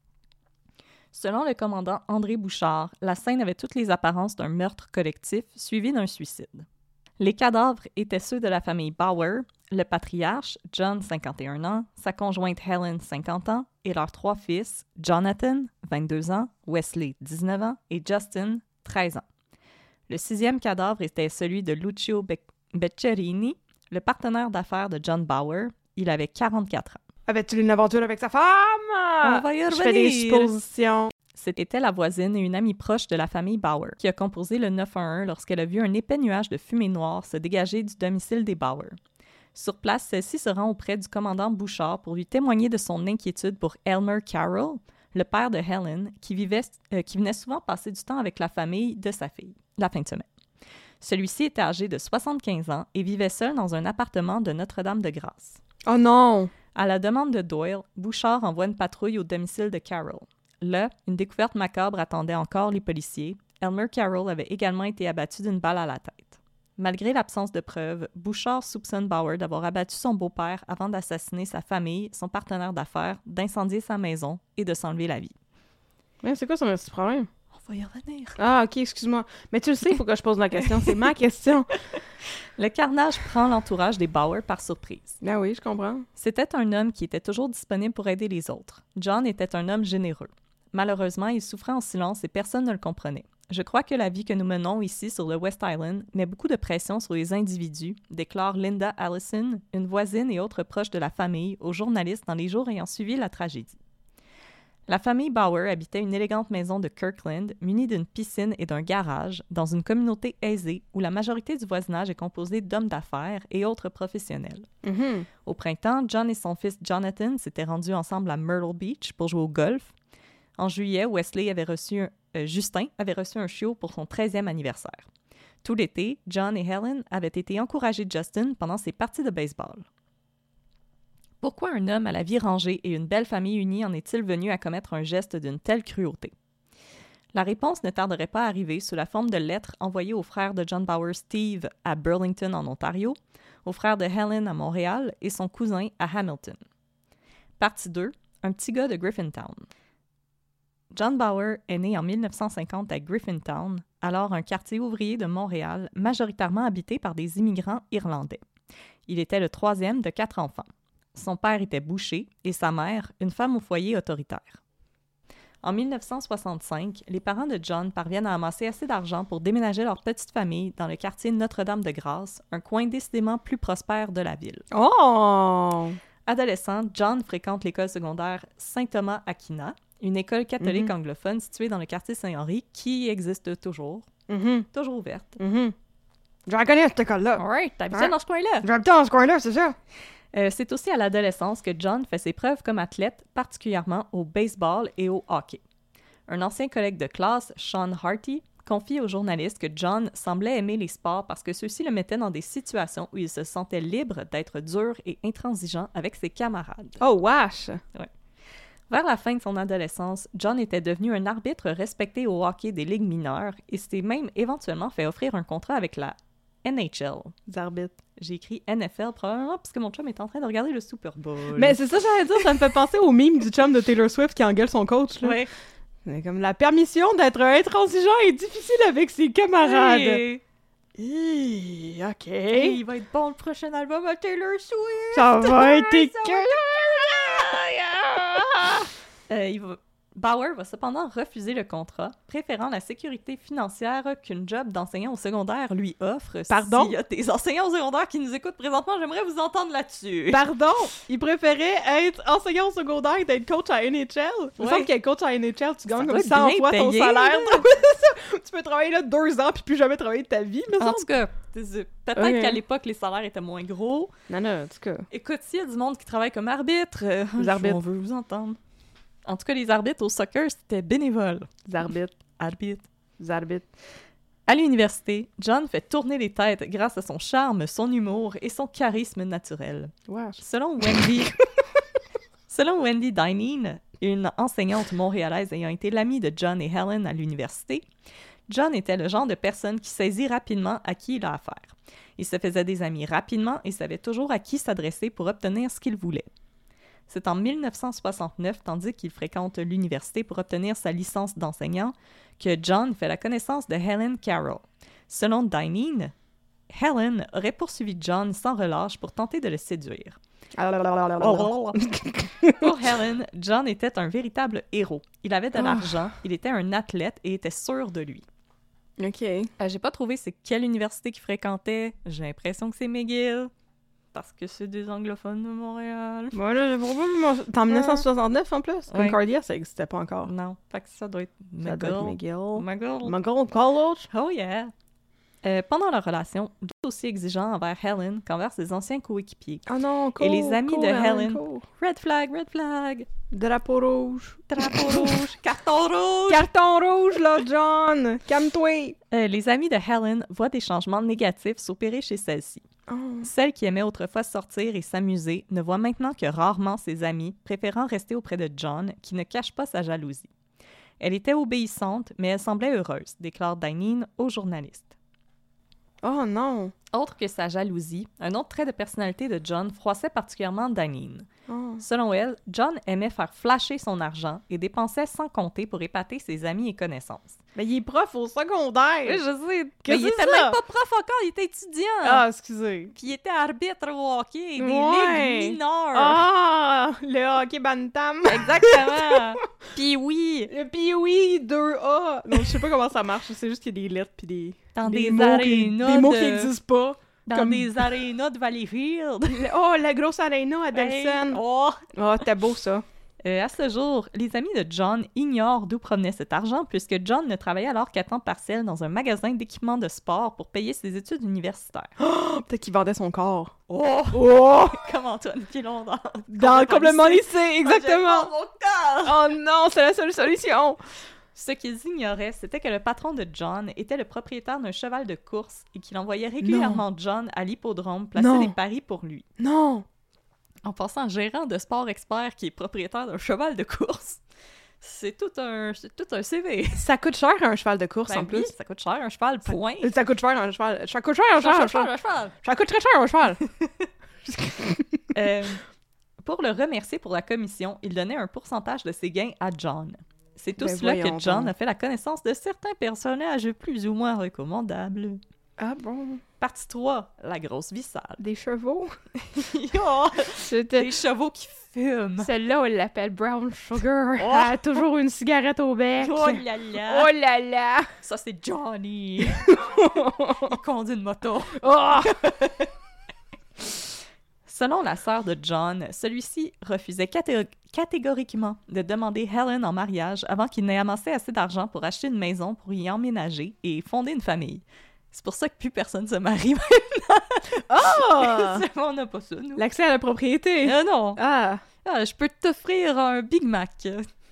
Selon le commandant André Bouchard, la scène avait toutes les apparences d'un meurtre collectif suivi d'un suicide. Les cadavres étaient ceux de la famille Bauer, le patriarche, John, 51 ans, sa conjointe Helen, 50 ans, et leurs 3 fils, Jonathan, 22 ans, Wesley, 19 ans, et Justin, 13 ans. Le 6e cadavre était celui de Lucio Beccherini, le partenaire d'affaires de John Bauer. Il avait 44 ans. Avait-il une aventure avec sa femme? On va y Je fais des revenir. suppositions. C'était la voisine et une amie proche de la famille Bauer qui a composé le 911 lorsqu'elle a vu un épais nuage de fumée noire se dégager du domicile des Bauer. Sur place, celle-ci se rend auprès du commandant Bouchard pour lui témoigner de son inquiétude pour Elmer Carroll, le père de Helen, qui venait souvent passer du temps avec la famille de sa fille, la fin de semaine. Celui-ci était âgé de 75 ans et vivait seul dans un appartement de Notre-Dame-de-Grâce. Oh non! À la demande de Doyle, Bouchard envoie une patrouille au domicile de Carroll. Là, une découverte macabre attendait encore les policiers. Elmer Carroll avait également été abattu d'une balle à la tête. Malgré l'absence de preuves, Bouchard soupçonne Bauer d'avoir abattu son beau-père avant d'assassiner sa famille, son partenaire d'affaires, d'incendier sa maison et de s'enlever la vie. Mais c'est quoi son petit problème? On va y revenir. Ah, OK, excuse-moi. Mais tu le sais, il faut que je pose la question. C'est ma question. Le carnage prend l'entourage des Bauer par surprise. Ben oui, je comprends. C'était un homme qui était toujours disponible pour aider les autres. John était un homme généreux. Malheureusement, il souffrait en silence et personne ne le comprenait. Je crois que la vie que nous menons ici sur le West Island met beaucoup de pression sur les individus, déclare Linda Allison, une voisine et autre proche de la famille, aux journalistes dans les jours ayant suivi la tragédie. La famille Bauer habitait une élégante maison de Kirkland, munie d'une piscine et d'un garage, dans une communauté aisée où la majorité du voisinage est composée d'hommes d'affaires et autres professionnels. Mhm. Au printemps, John et son fils Jonathan s'étaient rendus ensemble à Myrtle Beach pour jouer au golf. En juillet, Justin avait reçu un chiot pour son 13e anniversaire. Tout l'été, John et Helen avaient été encouragés de Justin pendant ses parties de baseball. Pourquoi un homme à la vie rangée et une belle famille unie en est-il venu à commettre un geste d'une telle cruauté? La réponse ne tarderait pas à arriver sous la forme de lettres envoyées aux frères de John Bauer, Steve, à Burlington, en Ontario, au frère de Helen à Montréal et son cousin à Hamilton. Partie 2. Un petit gars de Griffintown. John Bauer est né en 1950 à Griffintown, alors un quartier ouvrier de Montréal, majoritairement habité par des immigrants irlandais. Il était le 3e de 4 enfants. Son père était boucher et sa mère, une femme au foyer autoritaire. En 1965, les parents de John parviennent à amasser assez d'argent pour déménager leur petite famille dans le quartier Notre-Dame-de-Grâce, un coin décidément plus prospère de la ville. Oh! Adolescent, John fréquente l'école secondaire Saint-Thomas-Aquina, une école catholique anglophone située dans le quartier Saint-Henri qui existe toujours, toujours ouverte. Je la connais, cette école-là. Ouais, t'habitais dans ce coin-là. J'habite dans ce coin-là, c'est ça. C'est aussi à l'adolescence que John fait ses preuves comme athlète, particulièrement au baseball et au hockey. Un ancien collègue de classe, Sean Harty, confie aux journalistes que John semblait aimer les sports parce que ceux-ci le mettaient dans des situations où il se sentait libre d'être dur et intransigeant avec ses camarades. Oh, wesh! Ouais. Vers la fin de son adolescence, John était devenu un arbitre respecté au hockey des ligues mineures et s'était même éventuellement fait offrir un contrat avec la NHL. Des arbitres. J'ai écrit NFL probablement parce que mon chum est en train de regarder le Super Bowl. Mais c'est ça, j'allais dire, ça me fait penser au meme du chum de Taylor Swift qui engueule son coach, là. Ouais. C'est comme la permission d'être intransigeant est difficile avec ses camarades. Hey. OK. Hey, il va être bon le prochain album à Taylor Swift. Ça va être Bauer va cependant refuser le contrat, préférant la sécurité financière qu'une job d'enseignant au secondaire lui offre. Pardon? S'il y a des enseignants au secondaire qui nous écoutent présentement, j'aimerais vous entendre là-dessus. Pardon? Il préférait être enseignant au secondaire et d'être coach à NHL? Il me semble qu'être coach à NHL, tu gagnes comme 100 fois ton salaire. Tu peux travailler là 2 ans puis plus jamais travailler de ta vie, me semble. En tout cas, peut-être qu'à l'époque, les salaires étaient moins gros. Non, en tout cas. Écoute, s'il y a du monde qui travaille comme arbitre, les arbitres. On veut vous entendre. En tout cas, les arbitres au soccer, c'était bénévole. Les arbitres. Les arbitres. À l'université, John fait tourner les têtes grâce à son charme, son humour et son charisme naturel. Wesh. Selon Wendy Dineen, une enseignante montréalaise ayant été l'amie de John et Helen à l'université, John était le genre de personne qui saisit rapidement à qui il a affaire. Il se faisait des amis rapidement et savait toujours à qui s'adresser pour obtenir ce qu'il voulait. C'est en 1969, tandis qu'il fréquente l'université pour obtenir sa licence d'enseignant, que John fait la connaissance de Helen Carroll. Selon Dineen, Helen aurait poursuivi John sans relâche pour tenter de le séduire. Pour Helen, John était un véritable héros. Il avait de l'argent, il était un athlète et était sûr de lui. OK. J'ai pas trouvé c'est quelle université qu'il fréquentait. J'ai l'impression que c'est McGill. Parce que c'est des anglophones de Montréal. Voilà, c'est en 1969 en plus. Concordia, ça n'existait pas encore. Non, fait que ça doit être McGill. McGill College. Oh yeah! Pendant leur relation, tout aussi exigeant envers Helen qu'envers ses anciens coéquipiers. Oh non, Et les amis de Helen. Red flag, red flag! Drapeau rouge. Drapeau rouge! Carton rouge! Carton rouge, là, John! Calme-toi! Les amis de Helen voient des changements négatifs s'opérer chez celle-ci. Oh. Celle qui aimait autrefois sortir et s'amuser ne voit maintenant que rarement ses amis, préférant rester auprès de John, qui ne cache pas sa jalousie. Elle était obéissante, mais elle semblait heureuse, déclare Dineen aux journalistes. Oh non! Autre que sa jalousie, un autre trait de personnalité de John froissait particulièrement Dineen. Oh. Selon elle, John aimait faire flasher son argent et dépensait sans compter pour épater ses amis et connaissances. Mais il est prof au secondaire! Oui, je sais. Mais il était même pas prof encore, il était étudiant. Ah, excusez. Puis il était arbitre au hockey, des ligues mineures. Ah, le hockey bantam. Exactement. Puis oui. Le Pee-wee 2A. Non, je sais pas comment ça marche, c'est juste qu'il y a des lettres puis des mots arénas des mots qui n'existent pas. Dans des arénas de Valleyfield. Oh, la grosse aréna à Delson. Oh, oh, c'était beau ça. À ce jour, les amis de John ignorent d'où provenait cet argent puisque John ne travaillait alors qu'à temps partiel dans un magasin d'équipements de sport pour payer ses études universitaires. Peut-être qu'il vendait son corps. Oh! Oh! Comme Antoine Pilon Dans complètement lycée, exactement! Mon corps! Oh non, c'est la seule solution! Ce qu'ils ignoraient, c'était que le patron de John était le propriétaire d'un cheval de course et qu'il envoyait régulièrement John à l'hippodrome placer des paris pour lui. Non! En passant, gérant de sport expert qui est propriétaire d'un cheval de course, c'est tout un CV. Ça coûte cher un cheval de course Ben en oui, plus. ça coûte cher un cheval, point. Ça coûte cher un cheval. Ça coûte cher un cheval. cheval. Ça coûte très cher un cheval. Pour le remercier pour la commission, il donnait un pourcentage de ses gains à John. C'est tout Ben cela que voyons John donc. a fait la connaissance de certains personnages plus ou moins recommandables. Ah bon? Partie 3, la grosse vie sale. Des chevaux? Oh, C'était... des chevaux qui fument. Celle-là, on l'appelle Brown Sugar. Oh. Elle a toujours une cigarette au bec. Oh là là! Oh là là! Ça, c'est Johnny! Il conduit une moto. Oh! Selon la sœur de John, celui-ci refusait catégoriquement de demander Helen en mariage avant qu'il n'ait amassé assez d'argent pour acheter une maison pour y emménager et fonder une famille. C'est pour ça que plus personne se marie. Oh! On n'a pas ça, nous. L'accès à la propriété. Non. Ah! Ah, je peux t'offrir un Big Mac.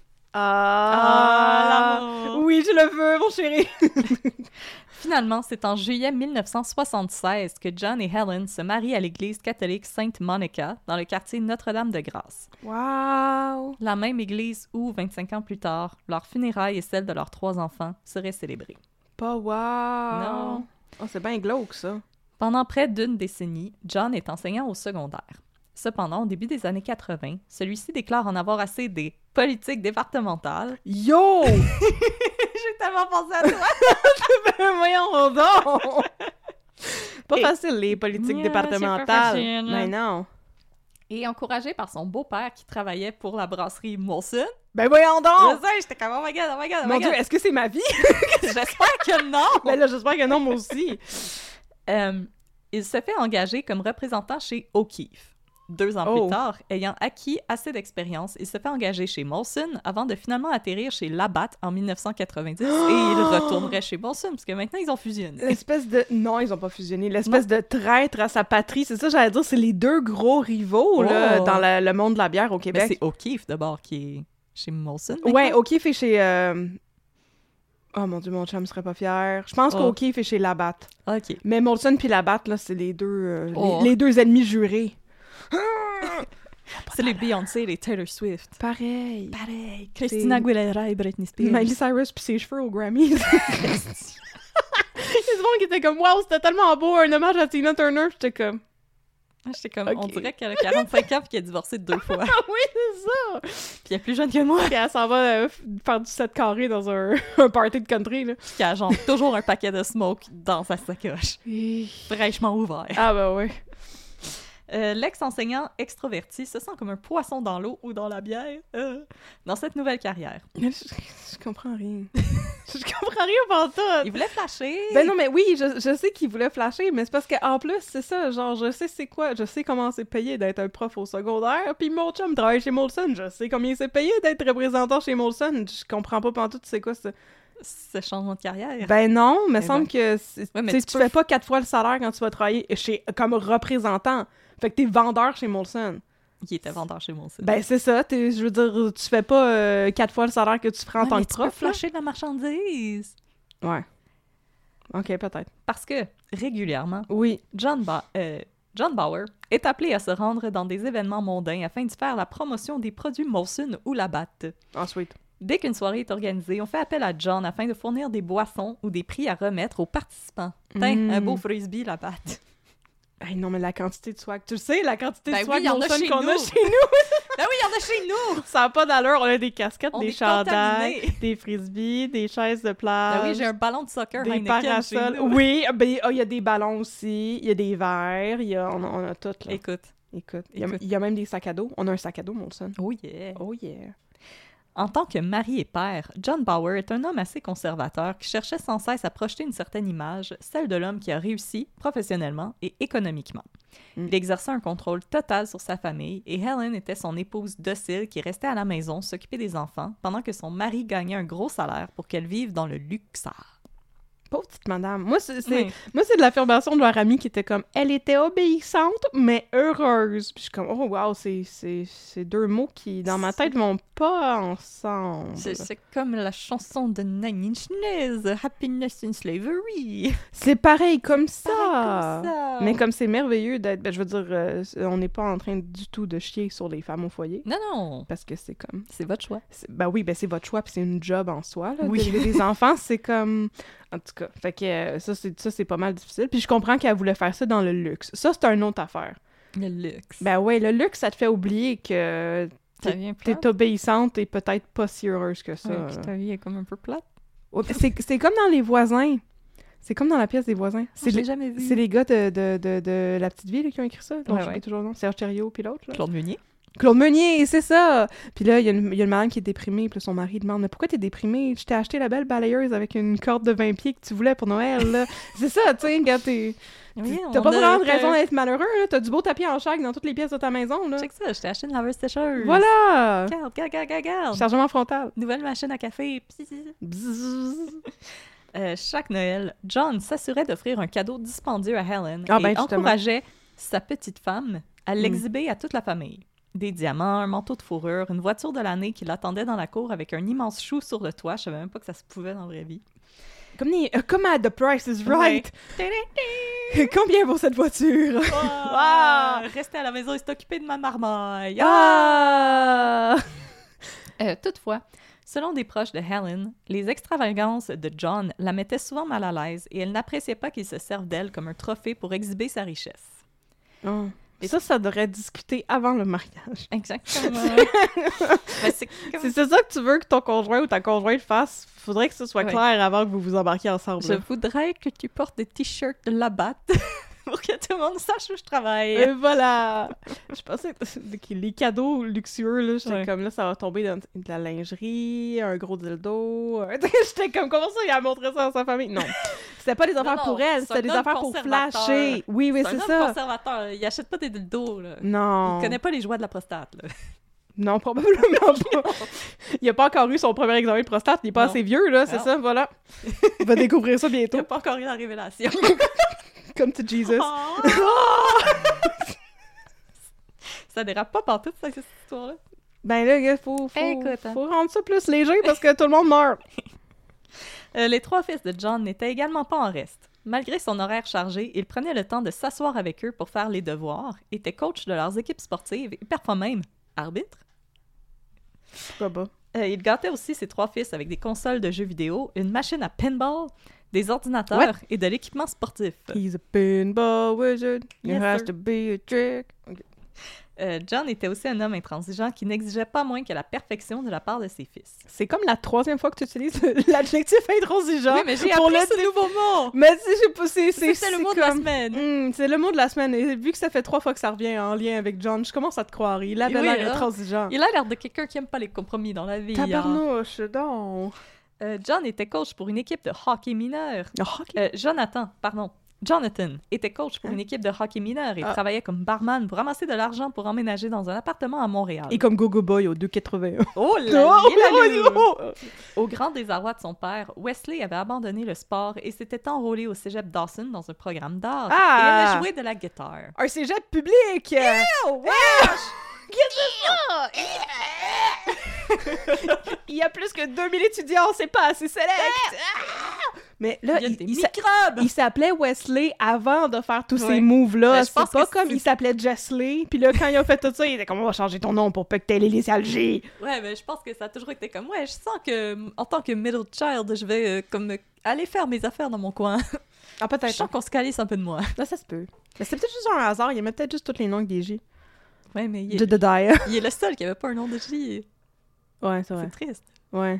Ah! l'amour. Oui, je le veux, mon chéri! Finalement, c'est en juillet 1976 que John et Helen se marient à l'église catholique Sainte Monica dans le quartier Notre-Dame-de-Grâce. Wow! La même église où, 25 ans plus tard, leurs funérailles et celles de leurs 3 enfants seraient célébrées. Pas wow! Non. Oh, c'est bien glauque, ça. Pendant près d'une décennie, John est enseignant au secondaire. Cependant, au début des années 80, celui-ci déclare en avoir assez des politiques départementales. Yo! J'ai tellement pensé à toi! Voyons donc! Pas Et- facile, les politiques Yeah, départementales. c'est pas facile. Mais non. Et encouragé par son beau-père qui travaillait pour la brasserie Molson. Ben voyons Je donc! sais, j'étais comme, oh my god, oh my god, oh Mon my Dieu, god. est-ce que c'est ma vie? J'espère que non! Ben là, j'espère que non, moi aussi. Il se fait engager comme représentant chez O'Keefe. 2 ans Oh. plus tard, ayant acquis assez d'expérience, il se fait engager chez Molson avant de finalement atterrir chez Labatt en 1990 et il retournerait chez Molson parce que maintenant ils ont fusionné. L'espèce de... Non, ils ont pas fusionné. L'espèce de traître à sa patrie. C'est ça, j'allais dire, c'est les deux gros rivaux là, Oh. dans le monde de la bière au Mais Québec. c'est O'Keefe d'abord qui est chez Molson. Ouais, maintenant. O'Keefe est chez... Oh mon Dieu, mon chum serait pas fier. Je pense Oh. qu'O'Keefe est chez Labatt. OK. Mais Molson puis Labatt, là, c'est les deux, Oh. les deux ennemis jurés. C'est les Beyoncé, les Taylor Swift. Pareil. Pareil. Christina Aguilera et Britney Spears. Miley Cyrus pis ses cheveux aux Grammys. Il y a du monde qui était comme « Wow, c'était tellement beau, un hommage à Tina Turner. » J'étais comme J'étais comme, on Ok. dirait qu'elle a 45 ans et qu'elle a divorcé 2 fois. « Ah oui, c'est ça! Puis elle est plus jeune que moi. » Puis elle s'en va faire du 7 carré dans un, un party de country, là. Qui a genre toujours un paquet de smoke dans sa sacoche. Fraîchement ouvert. Ah ben oui. L'ex-enseignant extroverti se sent comme un poisson dans l'eau ou dans la bière dans cette nouvelle carrière. Je comprends rien. Je comprends rien pour ça. Il voulait flasher. Ben non, mais oui, je sais qu'il voulait flasher, mais c'est parce qu'en plus, c'est ça, genre, je sais c'est quoi, je sais comment c'est payé d'être un prof au secondaire, puis mon chum travaille chez Molson, je sais combien c'est payé d'être représentant chez Molson, je comprends pas pantoute c'est quoi ça. Ce changement de carrière. Ben non, mais Ben semble non. que Ouais, mais tu sais, tu peux fais pas 4 fois le salaire quand tu vas travailler comme représentant, fait que t'es vendeur chez Molson. Il était vendeur chez Molson. Ben c'est ça, je veux dire, tu fais pas 4 fois le salaire que tu ferais en Ouais, tant mais que tu peux prof, là. flasher de la marchandise. Ouais. Ok, peut-être. Parce que, régulièrement, Oui. John Bauer est appelé à se rendre dans des événements mondains afin de faire la promotion des produits Molson ou Labatt. Ensuite. Dès qu'une soirée est organisée, on fait appel à John afin de fournir des boissons ou des prix à remettre aux participants. Tiens, un beau frisbee Labatt. Hey, non, mais la quantité de swag, tu le sais, la quantité Ben de swag oui, il y en a Molson chez qu'on a nous. chez nous. Ben oui, il y en a chez nous! Ça n'a pas d'allure. On a des casquettes, On des est chandails, contaminés. des frisbees, des chaises de plage. Ben oui, j'ai un ballon de soccer des Heineken chez parasols. nous. Oui, ben, il y a des ballons aussi, il y a des verres, on a tout, là. Écoute. Écoute, écoute. il y a même des sacs à dos. On a un sac à dos, Molson. Oh yeah. Oh yeah. En tant que mari et père, John Bauer est un homme assez conservateur qui cherchait sans cesse à projeter une certaine image, celle de l'homme qui a réussi professionnellement et économiquement. Il exerçait un contrôle total sur sa famille et Helen était son épouse docile qui restait à la maison s'occuper des enfants pendant que son mari gagnait un gros salaire pour qu'elle vive dans le luxe. Pauvre petite madame. Moi, c'est Oui. de l'affirmation de leur amie qui était comme, elle était obéissante, mais heureuse. Puis je suis comme, oh wow, c'est deux mots qui, dans ma tête, vont pas ensemble. C'est comme la chanson de Nine Inch Nails, Happiness in Slavery. C'est pareil comme Pareil ça. comme ça. Mais comme c'est merveilleux d'être, ben, je veux dire, on n'est pas en train du tout de chier sur les femmes au foyer. Non, Parce que c'est comme... c'est votre choix. Ben oui, ben c'est votre choix, puis c'est une job en soi, là. Oui. D'élever des enfants, c'est comme... En tout cas, fait que ça, c'est pas mal difficile. Puis je comprends qu'elle voulait faire ça dans le luxe. Ça, c'est une autre affaire. Le luxe. Ben ouais, le luxe, ça te fait oublier que Ta vie est t'es plate. obéissante et peut-être pas si heureuse que ça. Ouais, puis ta vie est comme un peu plate. Ouais, c'est comme dans Les Voisins. C'est comme dans la pièce des Voisins. Je l'ai jamais vu. C'est les gars de La Petite Vie là, qui ont écrit ça. Donc, Ouais, j'oublie ouais. toujours le nom. Serge Thériault, puis l'autre. Là. Claude Meunier. Claude Meunier, c'est ça! Puis là, il y a une madame qui est déprimée, puis là, son mari demande « Mais pourquoi t'es déprimée? Je t'ai acheté la belle balayeuse avec une corde de 20 pieds que tu voulais pour Noël, là. » C'est ça, tu sais, quand t'as pas vraiment de raison d'être malheureux, là. T'as du beau tapis en chac dans toutes les pièces de ta maison, là. Check ça, je t'ai acheté une laveuse sécheuse. Voilà! Regarde. Chargement frontal. Nouvelle machine à café. Bzzz. Chaque Noël, John s'assurait d'offrir un cadeau dispendieux à Helen Ah, et ben, justement. encourageait sa petite femme à l'exhiber à toute la famille. Des diamants, un manteau de fourrure, une voiture de l'année qui l'attendait dans la cour avec un immense chou sur le toit. Je savais même pas que ça se pouvait dans la vraie vie. Comme à The Price is Right. Combien vaut cette voiture? Ah! Rester à la maison et s'occuper de ma marmaille. Ah! Toutefois, selon des proches de Helen, les extravagances de John la mettaient souvent mal à l'aise et elle n'appréciait pas qu'il se serve d'elle comme un trophée pour exhiber sa richesse. Oh. Et ça devrait discuter avant le mariage. Exactement. Ben, c'est comme... Si c'est ça que tu veux que ton conjoint ou ta conjointe fasse, faudrait que ce soit Ouais. clair avant que vous vous embarquiez ensemble. Je là. voudrais que tu portes des t-shirts de Labatt pour que tout le monde sache où je travaille. Et voilà! Je pensais que les cadeaux luxueux, là, j'étais Ouais. comme là, ça va tomber dans de la lingerie, un gros dildo. J'étais comme, comment ça, il a montré ça à sa famille? Non. C'était pas des affaires non, pour elle, c'est c'était un des homme affaires pour conservateur. flasher. Oui, c'est un homme ça. conservateur. Il achète pas des dildos, là. Non. Il connaît pas les joies de la prostate, là. Non, probablement pas. Il a pas encore eu son premier examen de prostate, il est pas Non. assez vieux, là, c'est Non. ça, voilà. Il va découvrir ça Il bientôt. a pas encore eu la révélation. Comme to Jesus. Oh! Ça dérape pas partout, cette histoire-là. Ben là, gars, faut Écoute, hein. rendre ça plus léger parce que tout le monde meurt. Les trois fils de John n'étaient également pas en reste. Malgré son horaire chargé, il prenait le temps de s'asseoir avec eux pour faire les devoirs, était coach de leurs équipes sportives et parfois même arbitre. Pourquoi pas? Il gâtait aussi ses trois fils avec des consoles de jeux vidéo, une machine à pinball, des ordinateurs et de l'équipement sportif. He's a pinball wizard. There Yes, has sir. to be a trick. Okay. John était aussi un homme intransigeant qui n'exigeait pas moins que la perfection de la part de ses fils. C'est comme la troisième fois que tu utilises l'adjectif intransigeant. Oui, mais j'ai pour appris le ce nouveau mot! Mais je sais pas, c'est C'était le mot de la comme- semaine. C'est le mot de la semaine. Et vu que ça fait 3 fois que ça revient en lien avec John, je commence à te croire. Il avait Oui, l'air hein. intransigeant. Il a l'air de quelqu'un qui aime pas les compromis dans la vie. hein. Tabarnouche, donc. John était coach pour une équipe de hockey mineur. Oh, ok. Jonathan était coach pour Hein? une équipe de hockey mineur et Ah. travaillait comme barman pour ramasser de l'argent pour emménager dans un appartement à Montréal. Et comme Gogo Boy au 2,81. Oh là Oh, Au grand désarroi de son père, Wesley avait abandonné le sport et s'était enrôlé au cégep Dawson dans un programme d'art. Ah! Et elle a joué de la guitare. Un cégep public! Il y a plus que 2000 étudiants, c'est pas assez select! Ah! Mais là, Il y a des il microbes! s'appelait Wesley avant de faire tous Ouais. ces moves-là. Ben, je C'est pense pas que comme c'est- il s'appelait Jesley. Puis là, quand il a fait tout ça, il était comme on va changer ton nom pour pas que t'aies l'hélialgie. Ouais, mais je pense que ça a toujours été comme, ouais, je sens que, en tant que middle child, je vais comme aller faire mes affaires dans mon coin. Ah, Je peut-être. sens qu'on se calisse un peu de moi. Là, ça se peut. Mais c'était peut-être juste un hasard. Il aimait peut-être juste tous les noms avec des J. Ouais, mais il De Daya. il est le seul qui avait pas un nom de J. Ouais, c'est vrai. C'est triste. Ouais.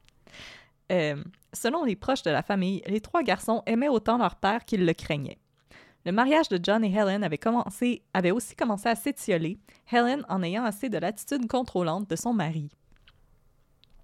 Selon les proches de la famille, les trois garçons aimaient autant leur père qu'ils le craignaient. Le mariage de John et Helen avait aussi commencé à s'étioler, Helen en ayant assez de l'attitude contrôlante de son mari.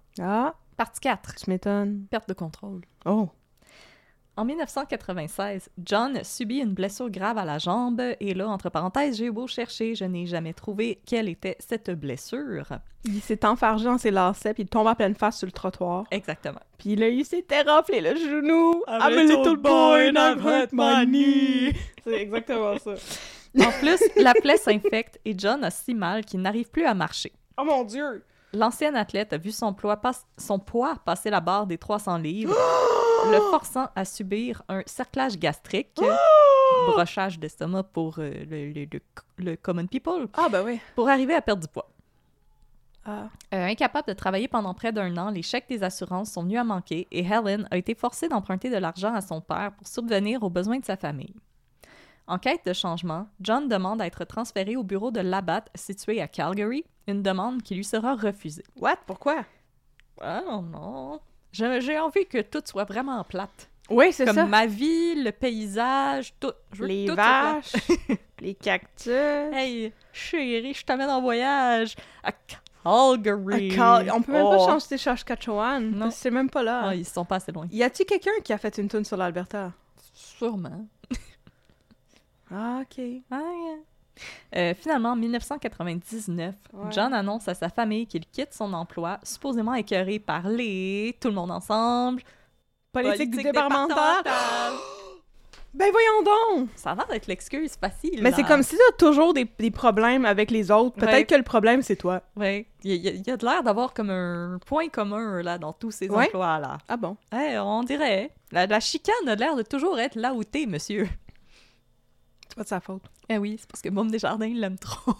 Ah, Partie 4. tu m'étonnes. Perte de contrôle. Oh. En 1996, John subit une blessure grave à la jambe et là, entre parenthèses, j'ai beau chercher, je n'ai jamais trouvé quelle était cette blessure. Il s'est enfargé dans ses lacets, puis il tombe à pleine face sur le trottoir. Exactement. Puis là, il s'était raflé le genou. I'm a little boy and I've hurt my knee. C'est exactement ça. En plus, la plaie s'infecte et John a si mal qu'il n'arrive plus à marcher. Oh mon Dieu! L'ancien athlète a vu son poids passer la barre des 300 livres, le forçant à subir un cerclage gastrique, brochage d'estomac pour le common people, Ah ben oui. pour arriver à perdre du poids. Ah. Incapable de travailler pendant près d'1 an, les chèques des assurances sont venus à manquer et Helen a été forcée d'emprunter de l'argent à son père pour subvenir aux besoins de sa famille. En quête de changement, John demande à être transféré au bureau de l'Abat situé à Calgary, une demande qui lui sera refusée. What? Pourquoi? Ah non. J'ai envie que tout soit vraiment plate. Oui, c'est Comme ça. ma vie, le paysage, tout. Je veux que Les tout soit plate. vaches, les cactus. Hey, chérie, je t'amène en voyage à Calgary. On peut même pas changer tes Saskatchewan. Non. Parce que c'est même pas là. Ah, ils sont pas assez loin. Y a-t-il quelqu'un qui a fait une tune sur l'Alberta? Sûrement. Ah, OK. Finalement, en 1999, Ouais. John annonce à sa famille qu'il quitte son emploi, supposément écœuré par les « tout le monde ensemble ». Politique départementale. Ben voyons donc! Ça a l'air d'être l'excuse facile. Mais c'est comme si t'as toujours des problèmes avec les autres. Peut-être Ouais. que le problème, c'est toi. Ouais. Il y a de l'air d'avoir comme un point commun là, dans tous ces Ouais. emplois-là. Ah bon? On dirait. La chicane a l'air de toujours être là où t'es, monsieur. C'est pas de sa faute. Eh oui, c'est parce que Boum Desjardins, il l'aime trop.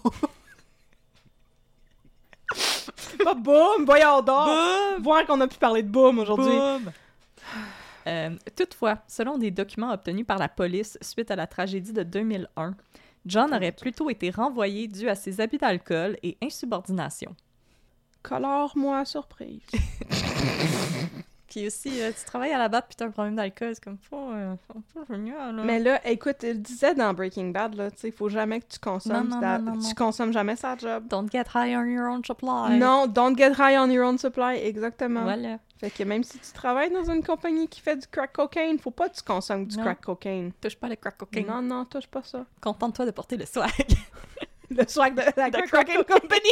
Pas boum! Voyons donc! Boum! Voir qu'on a pu parler de boum aujourd'hui. Boum! Toutefois, selon des documents obtenus par la police suite à la tragédie de 2001, John aurait plutôt été renvoyé dû à ses abus d'alcool et insubordination. Colore-moi surprise. Puis aussi, tu travailles à la BAT puis t'as un problème d'alcool, c'est comme pas génial, là. Mais là, écoute, il disait dans Breaking Bad, là, tu sais, il faut jamais que tu consommes. Non. Tu consommes jamais sa job. Don't get high on your own supply. Non, don't get high on your own supply, exactement. Voilà. Fait que même si tu travailles dans une compagnie qui fait du crack cocaine, faut pas que tu consommes du Non. crack cocaine. Touche pas le crack cocaine. Non, touche pas ça. Contente-toi de porter le swag. Le swag de la crack cocaine company.